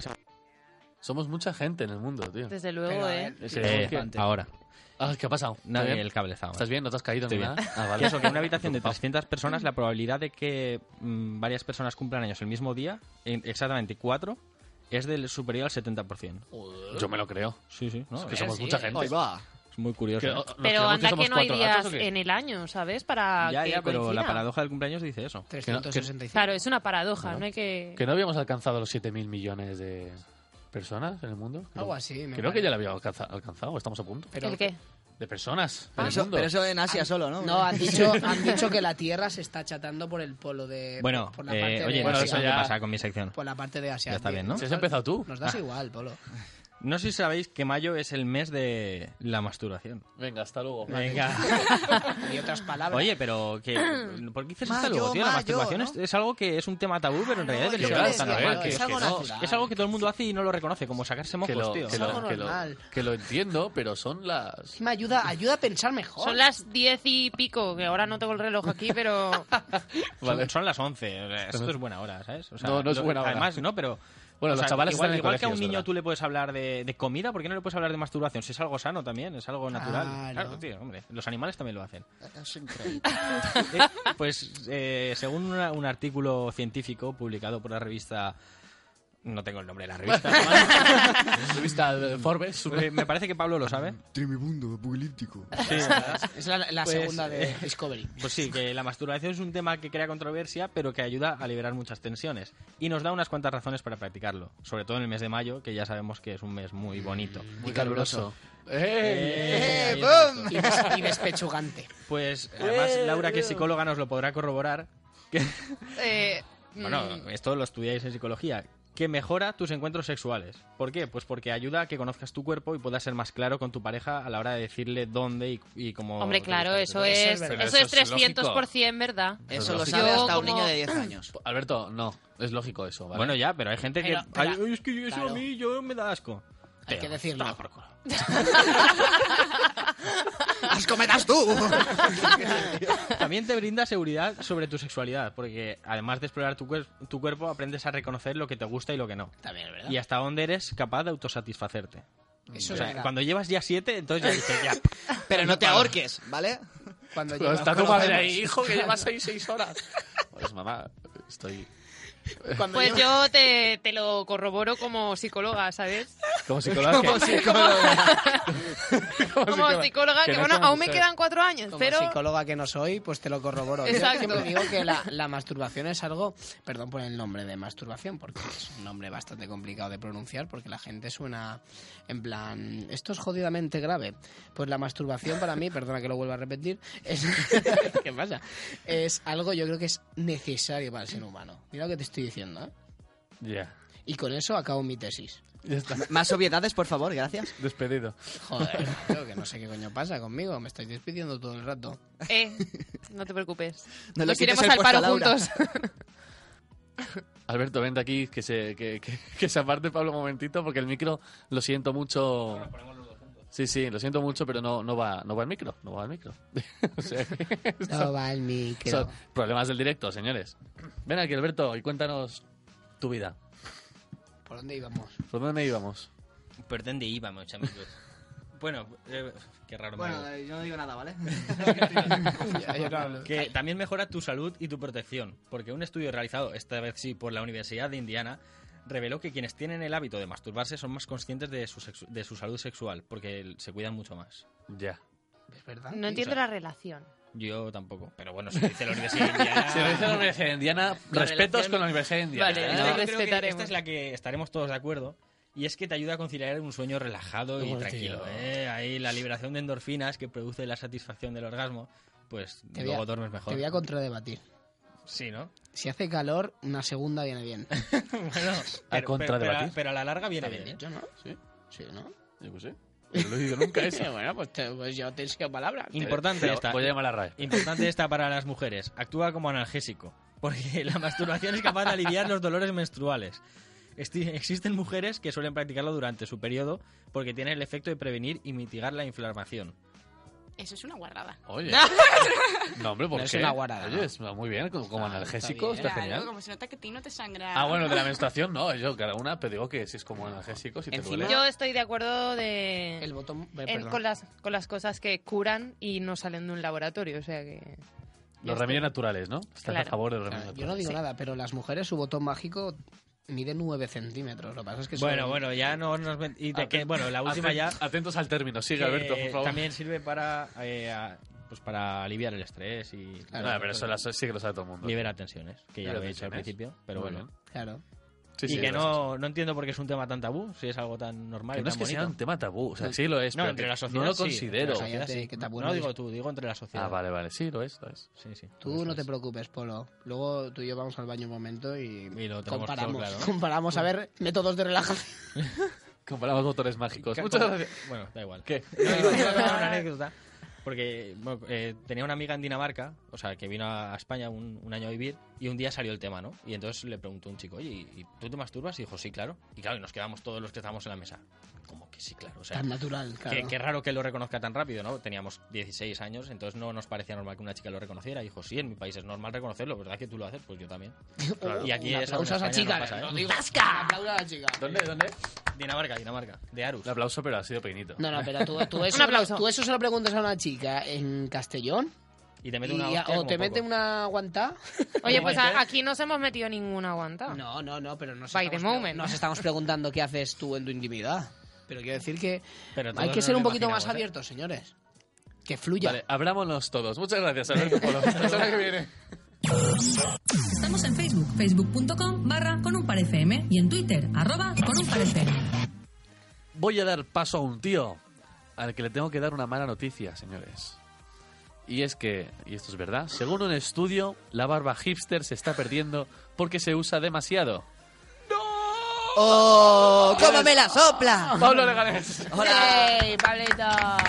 Somos mucha gente en el mundo, tío. Desde luego, Pero, ¿eh? eh, Sí, Eh, es que- ahora, Ah, ¿qué ha pasado? no, ¿Estás bien? el cable está ahora. ¿Estás bien? ¿No te has caído Estoy ni bien. nada? Ah, vale. Que eso, que en una habitación de trescientas personas la probabilidad de que mm, varias personas cumplan años el mismo día, en exactamente cuatro, es del superior al setenta por ciento. Yo me lo creo. Sí, sí, ¿no? Es que es, somos mucha gente. Hoy va. es muy curioso. Que, ¿eh? ¿nos Pero creemos anda que, somos no hay cuatro días gatos o qué? en el año, ¿sabes? Para Ya, que ya, pero coincida. la paradoja del cumpleaños dice eso. trescientos sesenta y cinco. Claro, es una paradoja, No. no, hay que... ¿Que no habíamos alcanzado los siete mil millones de personas en el mundo? Creo- Algo así, me Creo que parece. ya lo habíamos alcanza- alcanzado, estamos a punto. Pero, ¿El qué? De personas en Pero el eso, mundo. pero eso en Asia solo, ¿no? No, han dicho, han dicho que la Tierra se está achatando por el polo de... Bueno, por la eh, parte oye, de bueno, no sé Asia. eso qué ya- pasa con mi sección. Por la parte de Asia. Ya está bien, ¿no? Si has empezado tú. Nos das igual, Polo. No sé si sabéis que mayo es el mes de la masturbación. Venga, hasta luego. Venga. Y otras palabras. Oye, pero que, ¿por qué dices hasta Mayo, luego, tío? La mayo, masturbación ¿no? es, es algo que es un tema tabú, pero en realidad no, debería yo ser qué tan sé, normal. es Que, algo que no- natural. es algo que todo el mundo hace y no lo reconoce, como sacarse mocos, Que lo, tío. que, lo, algo que, lo, normal. que lo entiendo, pero son las... Sí, me ayuda, ayuda a pensar mejor. Son las diez y pico, que ahora no tengo el reloj aquí, pero... Son, Vale. son las once. o sea, esto es buena hora, ¿sabes? O sea, No, no es lo- buena hora. Además, no, pero... Bueno, o los sea, chavales igual, están en el igual que a un colegio, es niño verdad. tú le puedes hablar de, de comida, ¿por qué no le puedes hablar de masturbación? Si es algo sano también, es algo natural. Claro. Claro, tío, hombre. Los animales también lo hacen. Es increíble. Eh, pues, eh, según una- un artículo científico publicado por la revista... No tengo el nombre de la revista. Revista de Forbes. Eh, me parece que Pablo lo sabe. Tremibundo, apocalíptico. Sí, Es la, la Pues, segunda de eh, Discovery. Pues sí, que la masturbación es un tema que crea controversia, pero que ayuda a liberar muchas tensiones. Y nos da unas cuantas razones para practicarlo. Sobre todo en el mes de mayo, que ya sabemos que es un mes muy bonito. Muy caluroso. Eh, ahí ¡Bum! Y, des- y despechugante. Pues además Laura, que es psicóloga, nos lo podrá corroborar. Que, eh, bueno, mm, esto lo estudiáis en psicología. Que mejora tus encuentros sexuales. ¿Por qué? Pues porque ayuda a que conozcas tu cuerpo y puedas ser más claro con tu pareja a la hora de decirle dónde y, y cómo... Hombre, te claro, gusta. eso Eso es es, verdad. eso Pero es eso es trescientos por ciento, ¿verdad? Eso lo lógico. sabe Yo hasta un como- niño de diez años. Alberto, no. Es lógico eso, ¿vale? Bueno, ya, pero hay gente que... Pero, pero- Ay, es que eso claro. a mí yo me da asco. Hay que decirlo. ¡Las cometas tú! También te brinda seguridad sobre tu sexualidad, porque además de explorar tu, cuer- tu cuerpo, aprendes a reconocer lo que te gusta y lo que no. También, ¿verdad? Y hasta dónde eres capaz de autosatisfacerte. Eso O es sea, verdad. cuando llevas ya siete, entonces ya dices, ya. Pero no te ahorques, ¿vale? Cuando Pero llevas- está tu madre conocemos. ahí, hijo, que lleva seis, seis horas. Pues mamá, estoy Cuando Pues llevas- yo te, te lo corroboro como psicóloga, ¿sabes? como psicóloga. Como que- psicóloga. Como psicóloga, que, no bueno, es como aún me mujer. quedan cuatro años, Como pero... psicóloga que no soy, pues te lo corroboro. Yo Exacto. siempre digo que la, la masturbación es algo, perdón por el nombre de masturbación, porque es un nombre bastante complicado de pronunciar, porque la gente suena en plan, esto es jodidamente grave. Pues la masturbación para mí, perdona que lo vuelva a repetir, es, ¿qué pasa? Es algo yo creo que es necesario para el ser humano. Mira lo que te estoy diciendo, ¿eh? Ya. Y con eso acabo mi tesis. Ya está. Más obviedades, por favor, gracias. Despedido. Joder, creo que no sé qué coño pasa conmigo, me estáis despidiendo todo el rato. Eh, no te preocupes. No le Nos quites iremos el al puesto a paro Laura. juntos. Alberto, vente aquí, que se, que, que, que se aparte Pablo un momentito, porque el micro, lo siento mucho... Sí, sí, lo siento mucho, pero no, no, va, no va el micro, no va el micro. O sea, que No va el micro. son problemas del directo, señores. Ven aquí, Alberto, y cuéntanos tu vida. ¿Por dónde íbamos? ¿Por dónde íbamos? ¿Por dónde íbamos, amigos? Bueno, eh, qué raro. Bueno, me eh, yo no digo nada, ¿vale? Ya, yo no hablo. que también mejora tu salud y tu protección, porque un estudio realizado, esta vez sí, por la Universidad de Indiana, reveló que quienes tienen el hábito de masturbarse son más conscientes de su, sexu- de su salud sexual, porque se cuidan mucho más. Ya. ¿Es verdad? No entiendo o sea, la relación. Yo tampoco, pero bueno, si lo dice la Universidad de Indiana... Si lo dice la Universidad de Indiana, La respetos relación- con la Universidad de Indiana. Vale, Esta no, yo creo que respetaremos. esta es la que estaremos todos de acuerdo. Y es que te ayuda a conciliar un sueño relajado y Hostia. tranquilo. ¿eh? Ahí la liberación de endorfinas que produce la satisfacción del orgasmo, pues Te voy a- luego duermes mejor. Te voy a contradebatir. Sí, ¿no? Si hace calor, una segunda viene bien. Bueno, A pero, contradebatir. pero- pero a la larga viene ¿Está bien. bien ¿eh? dicho, no? ¿Sí? Sí, ¿no? Yo qué sé. No lo he oído nunca eso. Bueno, pues, te- pues yo te enseño palabras. Importante Pero esta. voy a llamar a la R A E. Importante esta para las mujeres. Actúa como analgésico, porque la masturbación es capaz de aliviar los dolores menstruales. Esti- Existen mujeres que suelen practicarlo durante su periodo porque tiene el efecto de prevenir y mitigar la inflamación. Eso es una guardada. Oye. No, hombre, ¿por No es qué? una guarada, Oye, ¿no? es muy bien, como, como Ah, analgésico, está está, bien. Claro, genial. como se nota que a ti no te sangra. Ah, bueno, de la menstruación no, yo cada una, pero digo que si es como analgésico, si te Encima- duele. Yo estoy de acuerdo de El botón... eh, en- perdón. con las con las cosas que curan y no salen de un laboratorio, o sea que Los yo remedios estoy- naturales, ¿no? Estás Claro. a favor de los Claro, remedios yo no digo naturales. nada, pero las mujeres, su botón mágico mide nueve centímetros. Lo que pasa es que Bueno, son- bueno, ya no nos... met- Y de que, Aten- bueno, la última aten- ya... Atentos al término, sigue que Alberto, por favor. También sirve para, eh, a- pues para aliviar el estrés y... Claro, Ah, pero eso la- sí que lo sabe todo el mundo. Libera tensiones, que ya Libera lo he dicho al tensiones. principio, pero Muy bueno. bien. Claro. Sí, y sí, que gracias. no, no entiendo por qué es un tema tan tabú, si es algo tan normal Que y no es tan que sea bonito. un tema tabú, o sea, sí lo es, No, pero entre que la sociedad no lo sí, considero. entre la sociedad Cállate, sí. que tabú No no digo es. tú, digo entre la sociedad. Ah, vale, vale, sí, lo es, lo es. Sí, sí. Tú no te preocupes, Polo. Luego tú y yo vamos al baño un momento y, Y lo tenemos comparamos. todo claro. Comparamos a ver métodos de relajación. Comparamos motores mágicos. ¿Qué- Muchas cómo? gracias. Bueno, da igual. ¿Qué? No, iba- iba a contar una anécdota. Porque bueno, eh, tenía una amiga en Dinamarca, o sea, que vino a España un, un año a vivir, y un día salió el tema, ¿no? Y entonces le preguntó un chico, oye, ¿y y tú te masturbas? Y dijo, sí, claro. Y claro, y nos quedamos todos los que estábamos en la mesa. Como que sí, claro. O sea, Tan natural, claro. Qué, qué raro que lo reconozca tan rápido, ¿no? Teníamos dieciséis años, entonces no nos parecía normal que una chica lo reconociera. Y dijo, sí, en mi país es normal reconocerlo, ¿verdad que tú lo haces? Pues yo también. Y aquí Un eso en aplauso a esa España chica. no pasa, ¿eh? lo digo. Un aplauso a la chica. ¿Dónde? ¿Dónde? Dinamarca, Dinamarca, de Arus. Un aplauso, pero ha sido pequeñito. No, no, pero tú, tú, eso, Un aplauso. tú eso se lo preguntas a una chica en Castellón Y te mete y- una hostia o como te poco. mete una aguantá. Oye, pues a- aquí no se hemos metido ninguna aguanta. No, no, no, pero nos By the estamos, moment. nos estamos preguntando qué haces tú en tu intimidad. Pero quiero decir que Pero hay todos que nos ser lo un poquito imaginamos, más ¿eh? abiertos, señores. Que fluya. Vale, abrámonos todos. Muchas gracias, Alberto Polo. Hasta la semana que viene. Estamos en Facebook, facebook.com barra con un par F M y en Twitter, arroba con un par F M. Voy a dar paso a un tío al que le tengo que dar una mala noticia, señores. Y es que, y esto es verdad, según un estudio, la barba hipster se está perdiendo porque se usa demasiado. ¡Oh! ¿Cómo me la sopla? Pablo Leganés. ¡Hola! ¡Ey, Pablito!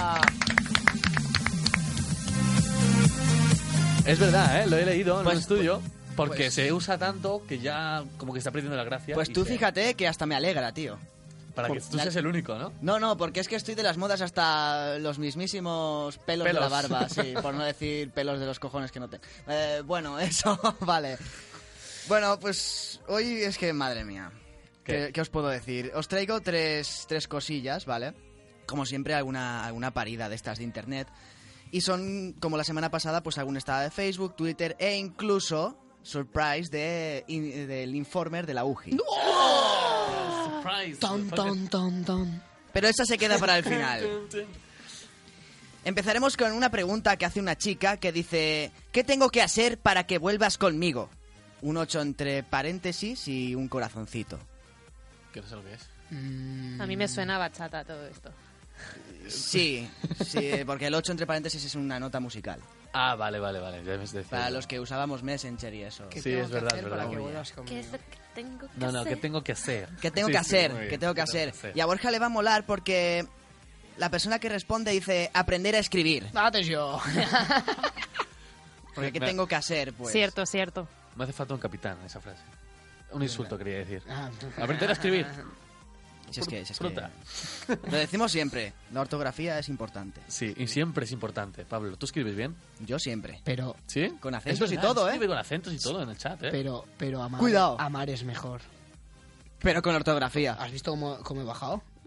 Es verdad, ¿eh? Lo he leído en Pues- un estudio. Porque pues- se usa tanto que ya como que está perdiendo la gracia. Pues y tú se- fíjate que hasta me alegra, tío. Para que tú La- seas el único, ¿no? No, no, porque es que estoy de las modas hasta los mismísimos pelos, Pelos. de la barba, sí, por no decir pelos de los cojones que no tengo. Eh, bueno, eso, vale. Bueno, pues hoy es que, madre mía, ¿Qué? ¿qué, qué os puedo decir? Os traigo tres, tres cosillas, ¿vale? Como siempre, alguna, alguna parida de estas de internet. Y son, como la semana pasada, pues algún estado de Facebook, Twitter e incluso, surprise, de, in- del Informer de la U G I. Surprise. Ton, ton, ton, ton. Pero esa se queda para el final. Empezaremos con una pregunta que hace una chica que dice: ¿qué tengo que hacer para que vuelvas conmigo? Un ocho entre paréntesis y un corazoncito. Que no sé lo que es. Mm, A mí me suena bachata todo esto. Sí, sí, porque el ocho entre paréntesis es una nota musical. Ah, vale, vale, vale. Ya me has decidido. Para los que usábamos Messenger y eso. ¿qué Sí, tengo es que verdad, hacer es para verdad. que Muy vuelvas ¿Qué conmigo? es lo que tengo que No, no, hacer? ¿qué tengo que hacer? ¿Qué tengo Sí, que sí, hacer? muy bien. ¿Qué tengo que ¿Qué hacer? hacer? Y a Borja le va a molar porque la persona que responde dice aprender a escribir. Atención. Porque ¿qué Me- tengo que hacer? Pues Cierto, cierto. Me hace falta un capitán esa frase. Un insulto quería decir. Ah, Aprender a escribir. Si es que, si es que- Fruta. lo decimos siempre, la ortografía es importante. Sí, y siempre es importante. Pablo, ¿tú escribes bien? Yo siempre. Pero, ¿Sí? Con Es acentos y verdad, todo, ¿eh? Escribe con acentos y todo en el chat, ¿eh? pero, pero amar, Cuidado. amar es mejor. Pero con ortografía. ¿Has visto cómo, cómo he bajado?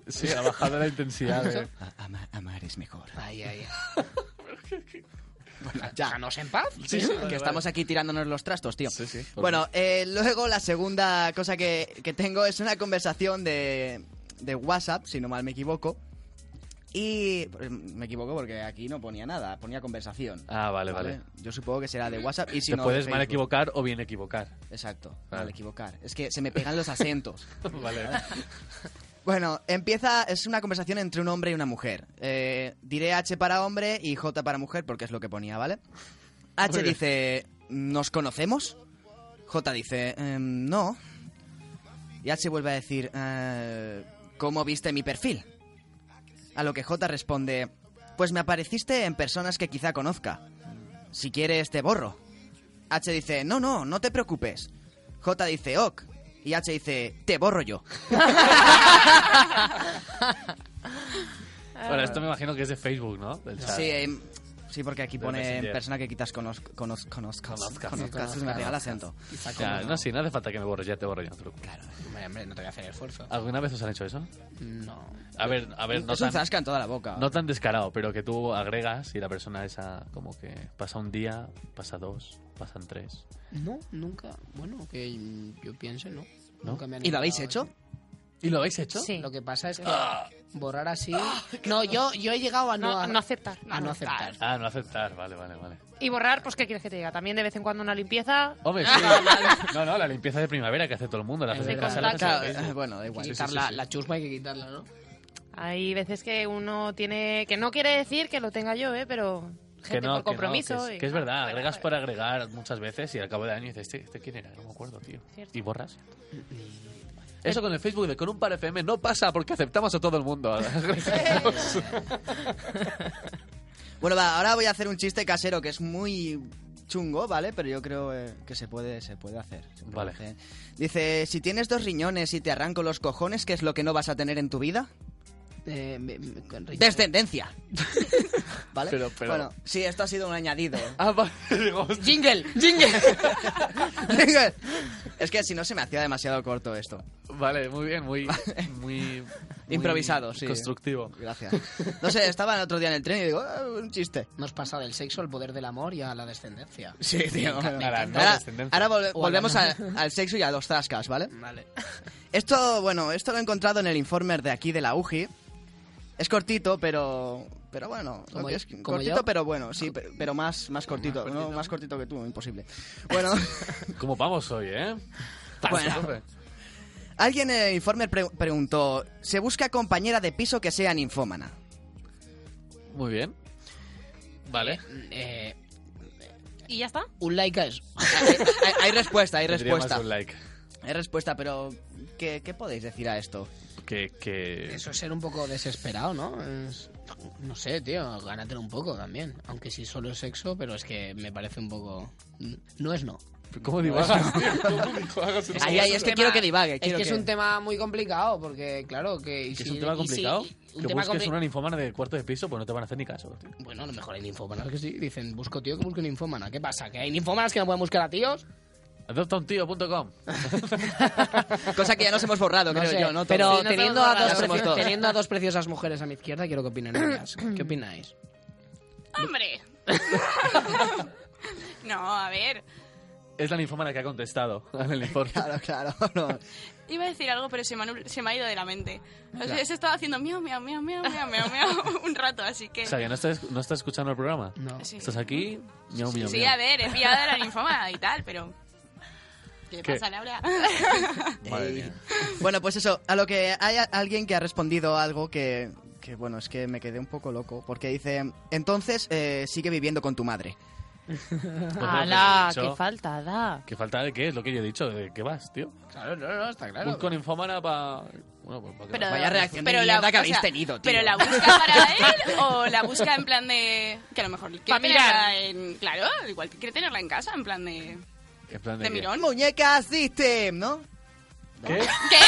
Sí, ha bajado la intensidad. De... A- ama- amar es mejor. Ay, ay. Bueno, ya. Déjanos en paz. Sí, sí, que estamos aquí tirándonos los trastos, tío. Sí, sí. Bueno, eh, luego la segunda cosa que, que tengo es una conversación de, de WhatsApp, si no mal me equivoco. Y pues, me equivoco porque aquí no ponía nada, ponía conversación. Ah, vale, vale. Yo supongo que será de WhatsApp y si Te no, puedes de mal Facebook. equivocar o bien equivocar. Exacto, Vale. mal equivocar. Es que se me pegan los acentos. Vale. Bueno, empieza, es una conversación entre un hombre y una mujer. Eh, diré H para hombre y J para mujer porque es lo que ponía, ¿vale? H Muy bien. dice, ¿nos conocemos? J dice, "Em, no. Y H vuelve a decir, "Eh, ¿cómo viste mi perfil? A lo que J responde, pues me apareciste en personas que quizá conozca. Si quieres te borro. H dice, no, no, no te preocupes. J dice, ok. Y H dice, te borro yo. Bueno, esto me imagino que es de Facebook, ¿no? Del chat. Sí, em, sí, porque aquí Del pone Messenger. persona que quizás conoz, conoz, conozcas. Conozcas. Conozcas, me pega el acento. Ya, no, sí, no hace falta que me borres, ya te borro yo. No te preocupes. Claro. Hombre, hombre, no te voy a hacer el esfuerzo. ¿Alguna vez os han hecho eso? No. A ver, a ver, no es un tan, zasca en toda la boca. no tan descarado, pero que tú agregas y la persona esa como que pasa un día, pasa dos, pasan tres. No, nunca. Bueno, que yo piense, ¿no? ¿No? Nunca me han ¿Y lo habéis invitado hecho? ¿Y lo habéis hecho? Sí. Lo que pasa es que borrar así... No, yo, yo he llegado a no, No, no aceptar. a no aceptar. Ah, no aceptar, vale, vale, vale. Y borrar, pues, ¿qué quieres que te diga? También de vez en cuando una limpieza. Hombre, sí. No, no, la limpieza de primavera que hace todo el mundo. La Es hace verdad. casa, la hace Claro, Facebook. eh, bueno, da Hay igual. que Sí, sí, quitar sí, la, sí. la chusma, hay que quitarla, ¿no? Hay veces que uno tiene... Que no quiere decir que lo tenga yo, ¿eh? Pero... Que Gente no, por que no, compromiso. que es, y- que es verdad, Bueno, agregas bueno. por agregar muchas veces y al cabo de año dices, ¿este, este quién era? No me acuerdo, tío. Cierto. Y borras. Eso con el Facebook de Con un Par F M no pasa porque aceptamos a todo el mundo. Bueno, va, ahora voy a hacer un chiste casero que es muy chungo, ¿vale? Pero yo creo eh, que se puede, se puede hacer. se puede Vale. hacer. Dice, si tienes dos riñones y te arranco los cojones, ¿qué es lo que no vas a tener en tu vida? Eh, me- me- con riñones. Descendencia. ¿Vale? Pero- pero- Bueno, sí, esto ha sido un añadido. Ah, vale, digo, hostia. ¡Jingle! ¡Jingle! Es que si no se me hacía demasiado corto esto. Vale, muy bien, muy, muy, muy Improvisado, sí. Constructivo. Gracias. No sé, estaba el otro día en el tren y digo, "Ah, un chiste. Nos pasa del sexo al poder del amor y a la descendencia. Sí, tío. Me encanta. Ahora, no Ahora, descendencia. ahora vol- O a la volvemos no. a- al sexo y a los zascas, ¿vale? Vale. Esto, bueno, esto lo he encontrado en el informer de aquí de la U G I. Es cortito, pero pero bueno, lo ¿Como que yo? es ¿Como cortito, yo? pero bueno, sí, pe- pero más más cortito, no más cortito que tú, imposible. Bueno, ¿Cómo vamos hoy, eh? Bueno. Profe. alguien en el informer pre- preguntó, "Se busca compañera de piso que sea ninfómana." Muy bien. Vale. Eh, ¿Y ya está? un like a eso. hay, hay- hay respuesta, hay Tendría más respuesta. de un like. Hay respuesta, pero ¿qué, qué podéis decir a esto? Que, que... Eso es ser un poco desesperado, ¿no? Es- no sé, tío, gánatelo un poco también. Aunque sí solo es sexo, pero es que me parece un poco... No es no. ¿Cómo divagas, tío? ¿Cómo divagas? Ahí, ahí, es que un quiero tema- que divague. Es quiero que es un tema muy complicado, porque claro que... y ¿Que es si- un tema y si- complicado? un que tema busques compli- una ninfómana de cuarto de piso, pues no te van a hacer ni caso, tío. Bueno, a lo mejor hay ninfómanas que sí. Dicen, busco tío que busque ninfómana. ¿Qué pasa? ¿Que hay ninfómanas que no pueden buscar a tíos? adopta un tío punto com. Cosa que ya nos hemos borrado, No creo sé, yo, ¿no? pero Todos. teniendo, a Ya dos somos preci- todos. teniendo a dos preciosas mujeres a mi izquierda, quiero que opinen ellas. ¿Qué opináis? ¡Hombre! No, a ver. Es la ninfómana que ha contestado en el informe. Claro, claro. No. Iba a decir algo, pero se me, ha nubl- se me ha ido de la mente. O sea, se estaba haciendo miau, miau, miau, miau, miau, miau, miau un rato, así que... O sea, que no estás, no estás escuchando el programa. No. Sí. Estás aquí, miau, miau, Sí, miau. a ver, he pillado de la ninfómana y tal, pero... ¿Qué, ¿Qué? pasa, Laura? Madre Eh, mía. Bueno, pues eso, a lo que hay a- alguien que ha respondido algo que, que, bueno, es que me quedé un poco loco, porque dice, entonces eh, sigue viviendo con tu madre. ¡Hala! Pues lo que he ¡Qué dicho. falta da! ¿Qué falta de qué? Es lo que yo he dicho. ¿De qué vas, tío? Claro, no, no, está claro. Busco ninfómana para... Bueno, pues para Pero- Vaya reacción de pero mierda la- que o habéis sea, tenido, tío. ¿Pero la busca para él o la busca en plan de... Que a lo mejor quiere Pa' mirar. tenerla en... Claro, igual quiere tenerla en casa, en plan de... En plan de, De qué? mirón. Muñeca System, ¿no? ¿Qué?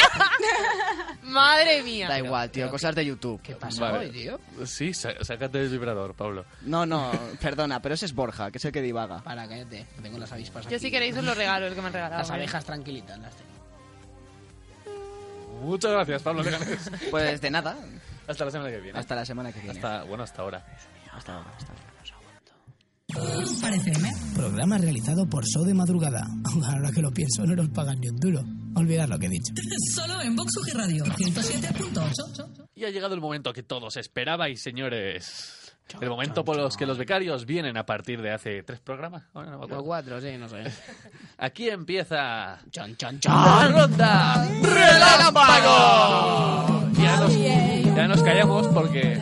¡Madre mía! Da igual, tío, pero cosas de YouTube. ¿Qué pasa Vale. hoy, tío? Sí, sa- sácate el vibrador, Pablo. No, no, perdona, pero ese es Borja, que es el que divaga. Para, cállate. que Tengo las avispas Yo aquí. si queréis os lo regalo, el que me han regalado. Las ¿eh? abejas tranquilitas las tengo. Muchas gracias, Pablo Leganés. Pues de nada. Hasta la semana que viene. Hasta la semana que viene. Hasta, bueno, hasta ahora. Hasta ahora. Hasta ahora. Par F M. Programa realizado por So de Madrugada. Ahora que lo pienso, no nos pagan ni un duro. Olvidad lo que he dicho. Solo en Vox U G Radio ciento siete punto ocho. Y ha llegado el momento que todos esperabais, señores. El momento por los que los becarios vienen a partir de hace tres programas. Oh, no me acuerdo. O cuatro, sí, no sé. Aquí empieza Chan, chan, la chan. ronda Relámpago. Ya nos, ya nos callamos porque...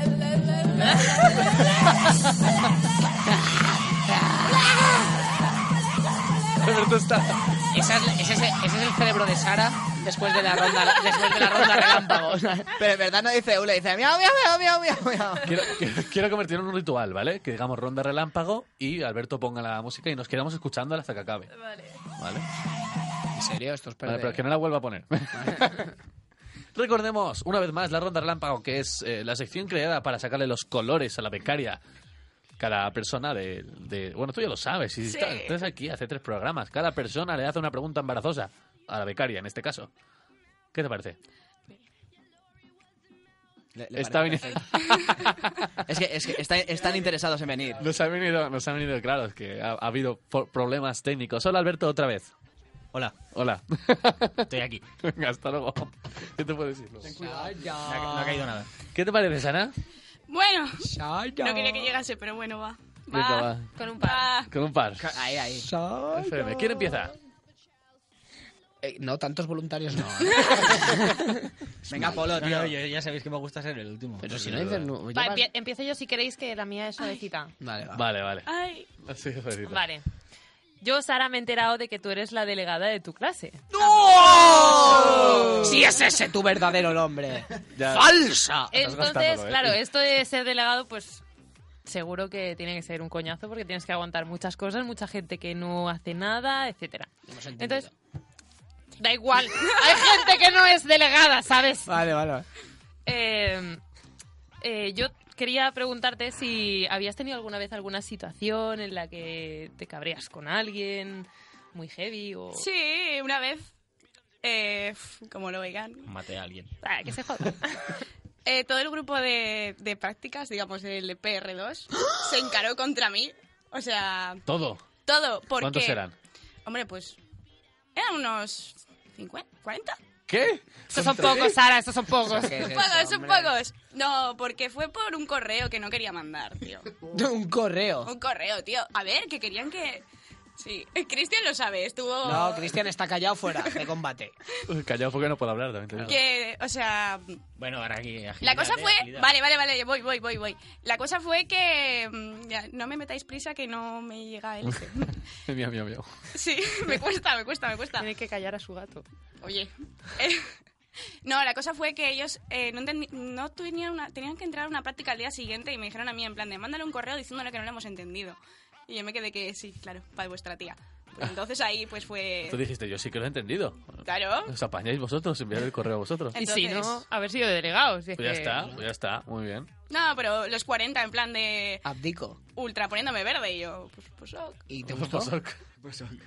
Alberto está... Esa es- ese, es, ese es el cerebro de Sara después de la ronda, después de la ronda relámpago. Pero en verdad no dice Ule, dice miau, miau, miau, miau, miau, miau. Quiero, quiero, quiero convertirlo en un ritual, ¿vale? Que digamos ronda relámpago y Alberto ponga la música y nos quedamos escuchándola hasta que acabe. Vale. ¿Vale? ¿En serio? Esto es Vale, perder. pero que no la vuelva a poner. Recordemos, una vez más, la ronda relámpago, que es eh, la sección creada para sacarle los colores a la becaria. Cada persona de... de- bueno, tú ya lo sabes, si Sí. estás, estás aquí hace tres programas. Cada persona le hace una pregunta embarazosa a la becaria, en este caso. ¿Qué te parece? Le- le Está parece viniendo... perfecto. Es que, es que está- están interesados en venir. Nos ha venido, nos ha venido claro, es que ha, ha habido por- problemas técnicos. Hola, Alberto, otra vez. Hola, Hola. estoy aquí. Venga, hasta luego. ¿Qué te puedo decir? luego? No ha, no ha caído nada. ¿Qué te parece, Sana? Bueno, no quería que llegase, pero bueno, va. Venga, va. Con un par. Va. Con un par. Ahí, ahí. F M. ¿Quién empieza? Eh, no, tantos voluntarios no. Venga, Polo, No, tío. no, yo- ya sabéis que me gusta ser el último. Pero si no dices... No, Va, llevas- empie- empiezo yo si queréis, que la mía es suavecita. Vale, va. Vale, vale. Ay, Así es, Federico. Vale. Yo, Sara, me he enterado de que tú eres la delegada de tu clase. ¡Sí es ese tu verdadero nombre! Ya- ¡Falsa! Entonces, gastándolo, ¿eh? claro, esto de ser delegado, pues seguro que tiene que ser un coñazo porque tienes que aguantar muchas cosas, mucha gente que no hace nada, etcétera. Hemos entendido. Entonces, da igual. Hay gente que no es delegada, ¿sabes? Vale, vale. Eh, eh, yo quería preguntarte si habías tenido alguna vez alguna situación en la que te cabreas con alguien muy heavy o... sí, una vez, eh, como lo oigan, Maté a alguien. Ah, que se joda. eh, todo el grupo de, de prácticas, digamos, del P R dos, se encaró contra mí. O sea, Todo. todo. Porque, ¿Cuántos eran? Hombre, pues, eran unos cincuenta, cuarenta. ¿Qué? Estos son pocos, Sara, estos son pocos. ¿Qué es Pocos, eso, son hombre? pocos. No, porque fue por un correo que no quería mandar, tío. Un correo. Un correo, tío. A ver, que querían que... Sí, Cristian lo sabe, estuvo... No, Cristian está callado fuera de combate. Uy, callado porque no puedo hablar, también te digo. Que, o sea... Bueno, ahora aquí... La cosa fue... Vale, vale, vale, voy, voy, voy, voy. La cosa fue que... mm, ya, no me metáis prisa que no me llega el... Miau, miau, miau. Sí, me cuesta, me cuesta, me cuesta. Tiene que callar a su gato. Oye. eh, no, la cosa fue que ellos eh, no, entendi- no tenían, una, tenían que entrar a una práctica al día siguiente y me dijeron a mí en plan de mándale un correo diciéndole que no lo hemos entendido. Y yo me quedé que sí, claro, para vuestra tía. Pues entonces ahí pues fue... Tú dijiste, yo sí que lo he entendido. Claro. ¿Os apañáis vosotros? ¿Enviad el correo a vosotros? Y si Entonces- no, haber sido delegados. si es Pues ya que- está, pues ya está. Muy bien. No, pero los cuarenta en plan de Abdico. ultra poniéndome verde y yo, pues, pues ok. ¿Y te gustó? Pues ok.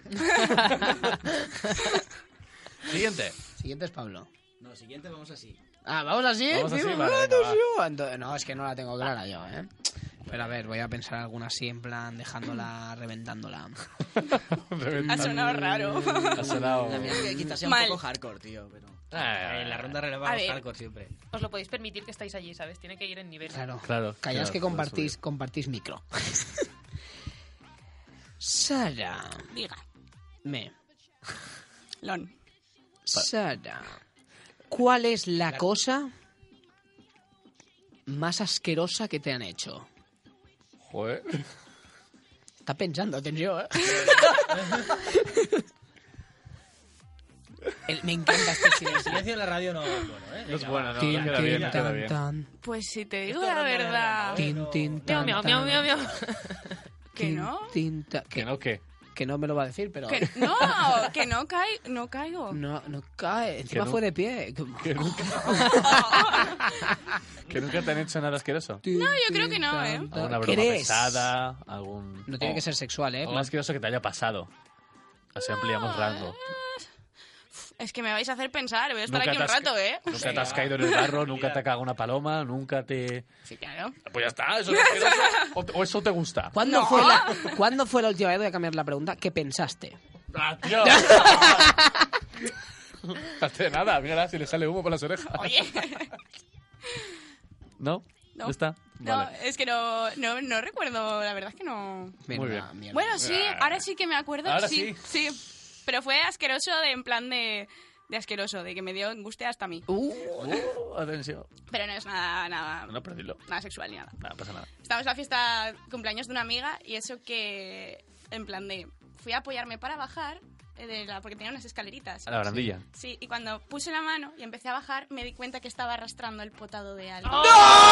Siguiente. Siguiente es Pablo. No, siguiente vamos así. Ah, ¿vamos así? Vamos así, Tío, vale, no, venga, no, va. sí, entonces- no, es que no la tengo clara yo, ¿eh? Pero a ver, voy a pensar alguna así, en plan, dejándola, reventándola. Ha sonado raro. Ha sonado... La mía es que quizás sea Mal. un poco hardcore, tío, pero... Ah, En la ronda A relevamos ver. hardcore siempre. Os lo podéis permitir que estáis allí, ¿sabes? Tiene que ir en nivel. Claro. Claro. Calláis claro, que puedes compartís, subir. compartís micro. Sara. Diga. Me. Lon. Sara. ¿Cuál es la cosa más asquerosa que te han hecho? Joder. Está pensando, atención, ¿eh? El- me encanta este El silencio. silencio en la radio no es bueno, ¿eh? No es Venga, bueno, va. no, Tin, no queda tin, bien, no queda tan, bien. tan. Pues si te digo Esto la ronda verdad... Tin, tin, Miau, tan, miau, tan. miau, miau, miau. ¿Que Tin, no? tin, ta- ¿Que que, no qué? que no me lo va a decir, pero... Que, no, que no, cae, no caigo. No, no cae. Encima no- fue de pie. Que nunca... ¿Que nunca te han hecho nada asqueroso? No, yo creo que no, ¿eh? ¿Alguna broma ¿Crees? pesada? ¿Algún...? No tiene o- que ser sexual, ¿eh? Algo asqueroso que te haya pasado. Así ampliamos rango. Es que me vais a hacer pensar, voy a estar Nunca aquí te un has rato, ca- ¿eh? Nunca te has caído en el barro, nunca te ha cagado una paloma, nunca te... Sí, claro. Pues ya está, eso es asqueroso. o, o eso te gusta. ¿Cuándo, No. fue la, ¿Cuándo fue la última vez? Voy a cambiar la pregunta. ¿Qué pensaste? ¡Ah, tío! Hace nada, mírala si le sale humo por las orejas. Oye. ¿No? No. ¿Ya está? No, Vale. es que no, no, no recuerdo, la verdad es que no... Venga, Muy bien. mierda. Bueno, sí, ahora sí que me acuerdo. Ahora sí, sí. Pero fue asqueroso de, en plan de, de asqueroso, de que me dio angustia hasta a mí. Uh, Uh, atención. Pero no es nada, nada, No, pero dilo. nada sexual ni nada. Nada, pasa nada. Estábamos en la fiesta de cumpleaños de una amiga y eso que, en plan de, fui a apoyarme para bajar, eh, de la, porque tenía unas escaleritas. A la barandilla. Sí, y cuando puse la mano y empecé a bajar, me di cuenta que estaba arrastrando el potado de alguien. ¡No!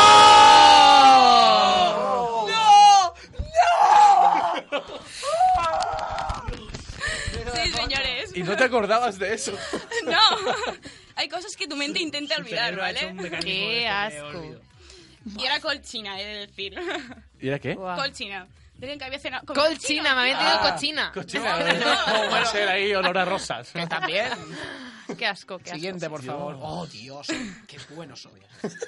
Sí, señores. Y no te acordabas de eso. No, hay cosas que tu mente intenta olvidar, cerebro ha hecho ¿vale? un mecanismo Qué de este de asco. olvido. Y era colchina, he de decir. ¿Y era qué? Guau. Colchina. Decían que había cenado con Colchina, me había entendido Ah, cochina. Cochina. No, no. Como va a ser ahí olor a rosas. Que también. Qué asco, qué asco. Siguiente, por favor. Oh, Dios. Qué bueno soy.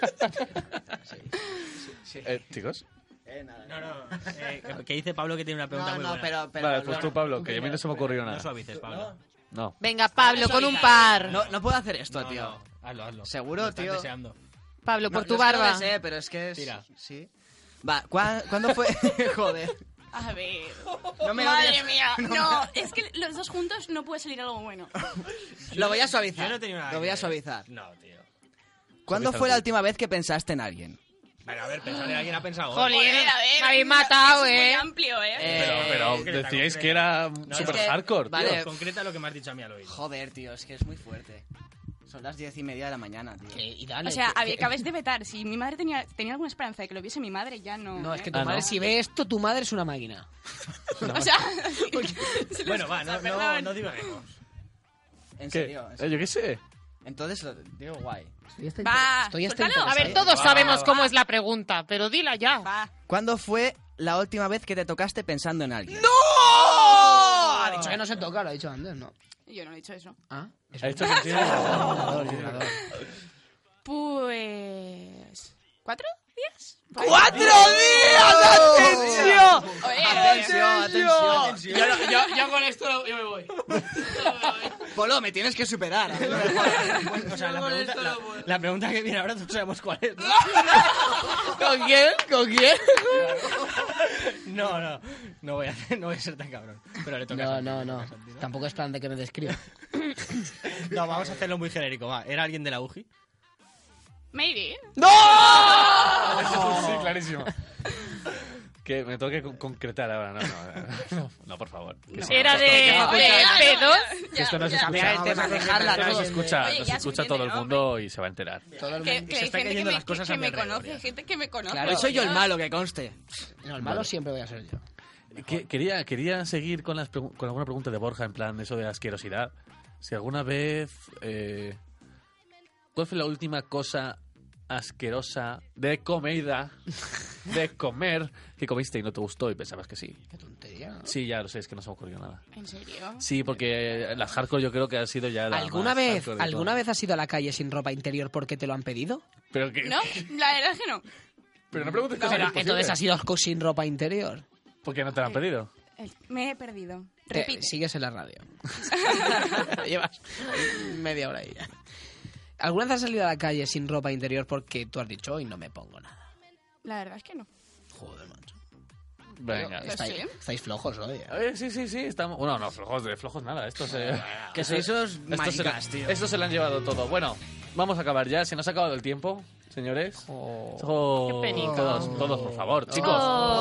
Eh, chicos. No, no. Eh, que dice Pablo que tiene una pregunta No, muy no, buena. pero... pero Vale, pues no, tú, Pablo, que a mí no se me ocurrió No nada. suavices, Pablo. No. Venga, Pablo, con un par. No, no puedo hacer esto, No, tío. no, hazlo, hazlo. ¿Seguro, Lo estás tío? deseando. Pablo, por No, tu no es que lo barba. desee, pero es que es... Tira. Sí. Va, ¿cuá- ¿cuándo fue...? Joder. A ver. No me Madre odies. mía. No No, me- es que los dos juntos no puede salir algo bueno. Lo voy a suavizar. Yo no he tenido nada Lo que voy a ver. suavizar. No, tío. ¿Cuándo Suavizar fue la tú. última vez que pensaste en alguien? Bueno, a ver, pensar en alguien ha pensado. Jolín. Joder, a ver. Me habéis matado, eso es muy ¿eh? amplio, ¿eh? Pero, Eh, pero concreta, decíais concreta. que era No, super es que- hardcore, vale. tío. Concreta lo que me has dicho a mí al oído. Joder, tío, es que es muy fuerte. Son las diez y media de la mañana, tío. Que- y dale, O sea, que- había- que- acabáis de vetar. Si mi madre tenía, tenía alguna esperanza de que lo viese mi madre, ya no. No, es que ¿eh? tu Ah, madre, ¿no? si ve esto, tu madre es una máquina. O sea, se Bueno, los- va, no, no, perdón. no divaguemos. En ¿Qué? serio. en Eh, serio. yo qué sé. Entonces, lo- digo guay. Va, Estoy hasta suéltalo. A ver, interesado. todos Va, sabemos va. cómo es la pregunta, pero dila ya. Va. ¿Cuándo fue la última vez que te tocaste pensando en alguien? ¡No! Ha dicho que no se toca, lo ha dicho antes, ¿no? Yo no he dicho eso. Ah, es Ha dicho que tiene... violador, violador. Pues... ¿Cuatro días? ¡Cuatro días! ¡Atención! Oye, Atención, atención. Yo, no- yo, yo con esto yo me voy. Polo, me tienes que superar. a mí no me jodas. O sea, la pregunta, la, la pregunta que viene ahora no sabemos cuál es, ¿no? ¿Con quién? ¿Con quién? No, no. No voy a, hacer, no voy a ser tan cabrón. Pero le toca a No, Santi, no, le no. toca a Santi, ¿no? Tampoco es plan de que me describa. No, vamos a hacerlo muy genérico, va. ¿Era alguien de la U G I? maybe. Sí, clarísimo. Que me tengo que con- concretar ahora. No, no, no, no, por favor. Que sí. Era de, Oye, de ya, P dos. Que esto no se ya, escucha, Cambiar el tema, dejarla no se todo. escucha, Oye, no ya se escucha suficiente, todo el ¿no? mundo y se va a enterar. Todo el Que, mundo. que se hay está gente que cayendo me, las cosas que, a que mi me conoce, alrededor, gente que me conoce. Claro, Hoy soy yo el Ya. malo, que conste. No, el malo siempre voy a ser yo. Que- Quería, quería seguir con, las pregu- con alguna pregunta de Borja, en plan, eso de asquerosidad. Si alguna vez... eh, ¿Cuál fue la última cosa asquerosa de comida, de comer, que comiste y no te gustó y pensabas que sí? Qué tontería, ¿no? Sí, ya lo sé, es que no se me ocurrió nada. ¿En serio? Sí, porque las hardcore yo creo que ha sido ya la ¿Alguna más vez, hardcore de ¿alguna todas. vez has ido a la calle sin ropa interior porque te lo han pedido? Pero, que, ¿No? La verdad es que no. pero no preguntes cosas Pero, imposibles. entonces has ido sin ropa interior. ¿Por qué no te la han pedido? El- Me he perdido. Te- Repite. sigues en la radio. Llevas media hora ahí ya. ¿Alguna vez has salido a la calle sin ropa interior porque tú has dicho hoy no me pongo nada? La verdad es que no. Joder, macho. Venga. Lo Estáis, sé. estáis flojos hoy. ¿eh? Eh, sí, sí, sí, estamos... Bueno, no, flojos, de flojos nada. Esto se... Que sois esos Esto se, maricas, tío. esto se lo han llevado todo. Bueno, vamos a acabar ya. Se nos ha acabado el tiempo, señores. Oh, Qué penica. Todos, todos, por favor, chicos.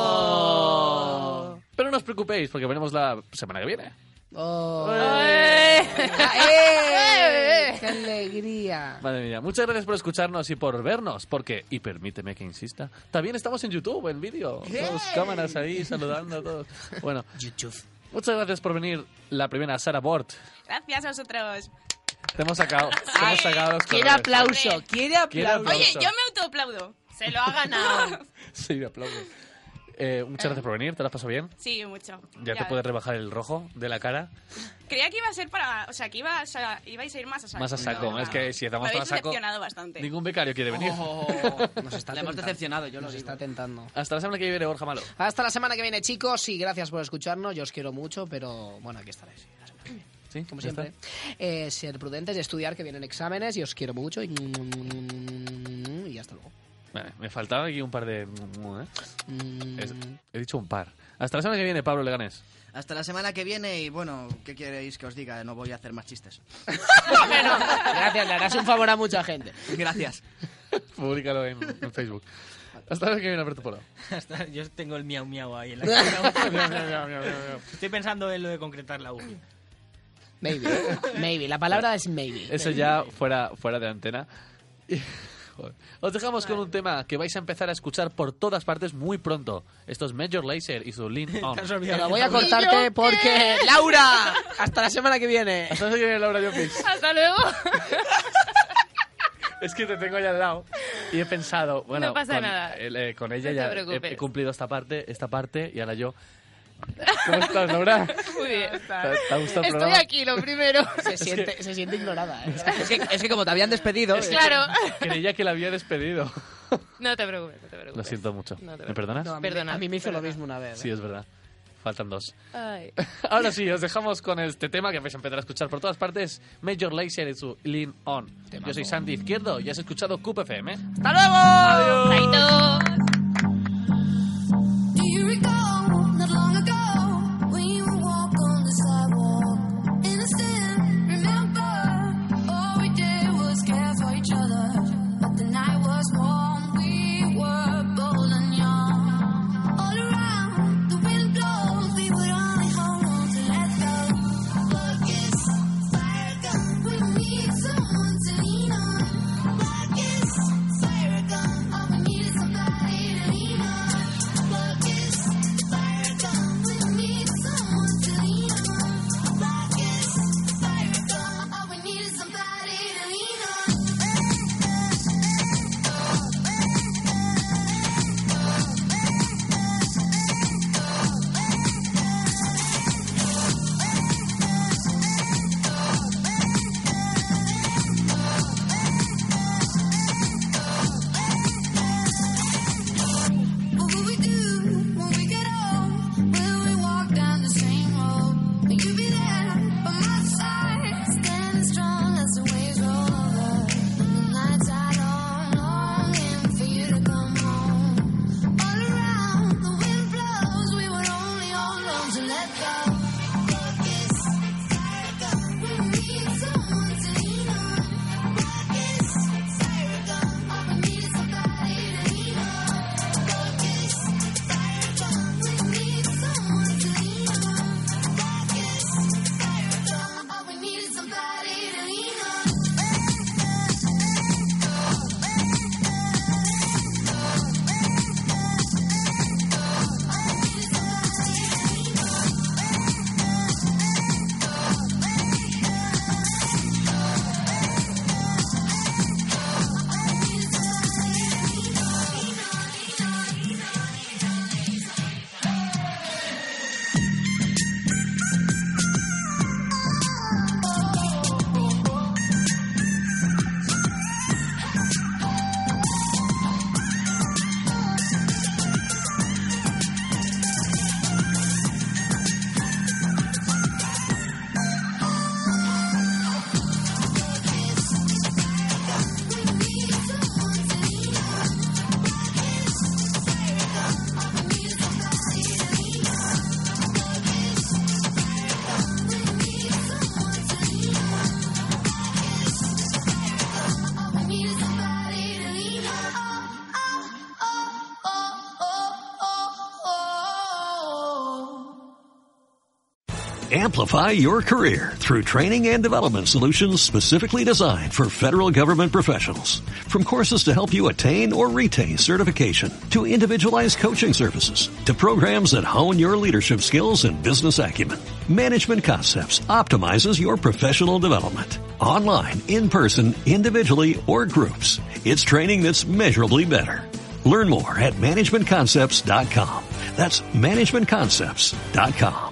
Oh. Pero no os preocupéis, porque veremos la semana que viene. Oh. ¡Eh! ¡Eh! ¡Qué alegría! Madre mía, muchas gracias por escucharnos y por vernos, porque, y permíteme que insista, también estamos en YouTube, en vídeo. Dos cámaras ahí saludando a todos. Bueno, YouTube. muchas gracias por venir, la primera, Sara Bort. Gracias a vosotros. Te hemos sacado, te hemos sacado los Quiere colores. aplauso, Hombre. quiere Quiere aplauso. aplauso. Oye, yo me autoaplaudo. Se lo ha ganado. Sí, aplauso. Eh, muchas gracias por venir, ¿te lo has pasado bien? Sí, mucho. Ya, ya te puedes rebajar el rojo de la cara. Creía que iba a ser para... O sea, que iba a, sa- ibais a ir más a saco. Más a saco, No, es que si estamos me para habéis saco, decepcionado bastante. ningún becario quiere venir. Oh, nos está Le hemos tentando. decepcionado, yo lo Nos digo. está tentando. Hasta la semana que viene, Borja Malo. Hasta la semana que viene, chicos, y gracias por escucharnos. Yo os quiero mucho, pero bueno, aquí estaréis. La semana que viene. ¿Sí? Como ¿Ya siempre. Eh, ser prudentes y estudiar, que vienen exámenes, y os quiero mucho. Y, y hasta luego. Vale, me faltaba aquí un par de... ¿eh? Mm. Es- he dicho un par. Hasta la semana que viene, Pablo Leganés. Hasta la semana que viene y bueno, ¿qué queréis que os diga? No voy a hacer más chistes. Gracias, le harás un favor a mucha gente. Gracias. Públicalo en, en Facebook. Hasta la semana que viene, Alberto Polo. Hasta- Yo tengo el miau miau ahí en la cara. Estoy pensando en lo de concretar la U G I. Maybe. Maybe. La palabra es maybe. Eso ya fuera, fuera de antena. Y- joder. Os dejamos con un tema que vais a empezar a escuchar por todas partes muy pronto. Esto es Major Lazer y su Lean On. Pero voy a cortarte porque... ¡Laura! Hasta la semana que viene. Hasta la semana que viene, Laura Llopis. Hasta luego. Es que te tengo ya al lado y he pensado, bueno, No pasa con, nada. el- eh, con ella No te ya he, preocupes. he cumplido esta parte, esta parte y ahora yo. ¿Cómo estás, Laura? Muy bien. ¿Te, te ha gustado el Estoy programa? aquí, lo primero. Se siente, se siente ignorada, ¿eh? Es que, es que como te habían despedido... Es que Claro. Creía que la había despedido. No te preocupes, no te preocupes. Lo siento mucho. No te ¿Me perdonas? No, a mí, Perdona, a mí me hizo lo perdona. mismo una vez. Sí, es verdad. Faltan dos. Ay. Ahora sí, os dejamos con este tema que vais a empezar a escuchar por todas partes. Major Lazer y su Lean On. Yo soy Santi Izquierdo y has escuchado Q P F M. ¡Hasta luego! Chaito. Do you recall not long ago we would walk on the sidewalk innocent? Remember, all we did was care for each other. But the night was warm, we were bold and young. All around, the wind blows, we would only hold on to let go. Black is fire gun, we need someone to lean on. Black is fire gun, all we need is somebody to lean on. Black is fire gun, we need someone to lean on. Black is fire gun, all we need is somebody to lean on. What will we do when we get home? Will we walk down the same road? Will you be there by my side, standing strong as the waves roll over? The nights are long, longing for you to come home. All around, the wind blows, we would only hold on to let go. Black is fire gun, we need someone to lean on. Black is fire gun, all we need is somebody to lean on. Black is fire gun, we need someone to lean on. Black is fire gun, all we need is somebody to lean on. All we need is somebody to lean on. Oh, oh, oh, oh, oh, oh. Amplify your career through training and development solutions specifically designed for federal government professionals. From courses to help you attain or retain certification, to individualized coaching services, to programs that hone your leadership skills and business acumen, Management Concepts optimizes your professional development. Online, in person, individually, or groups, it's training that's measurably better. Learn more at management concepts dot com. That's management concepts dot com.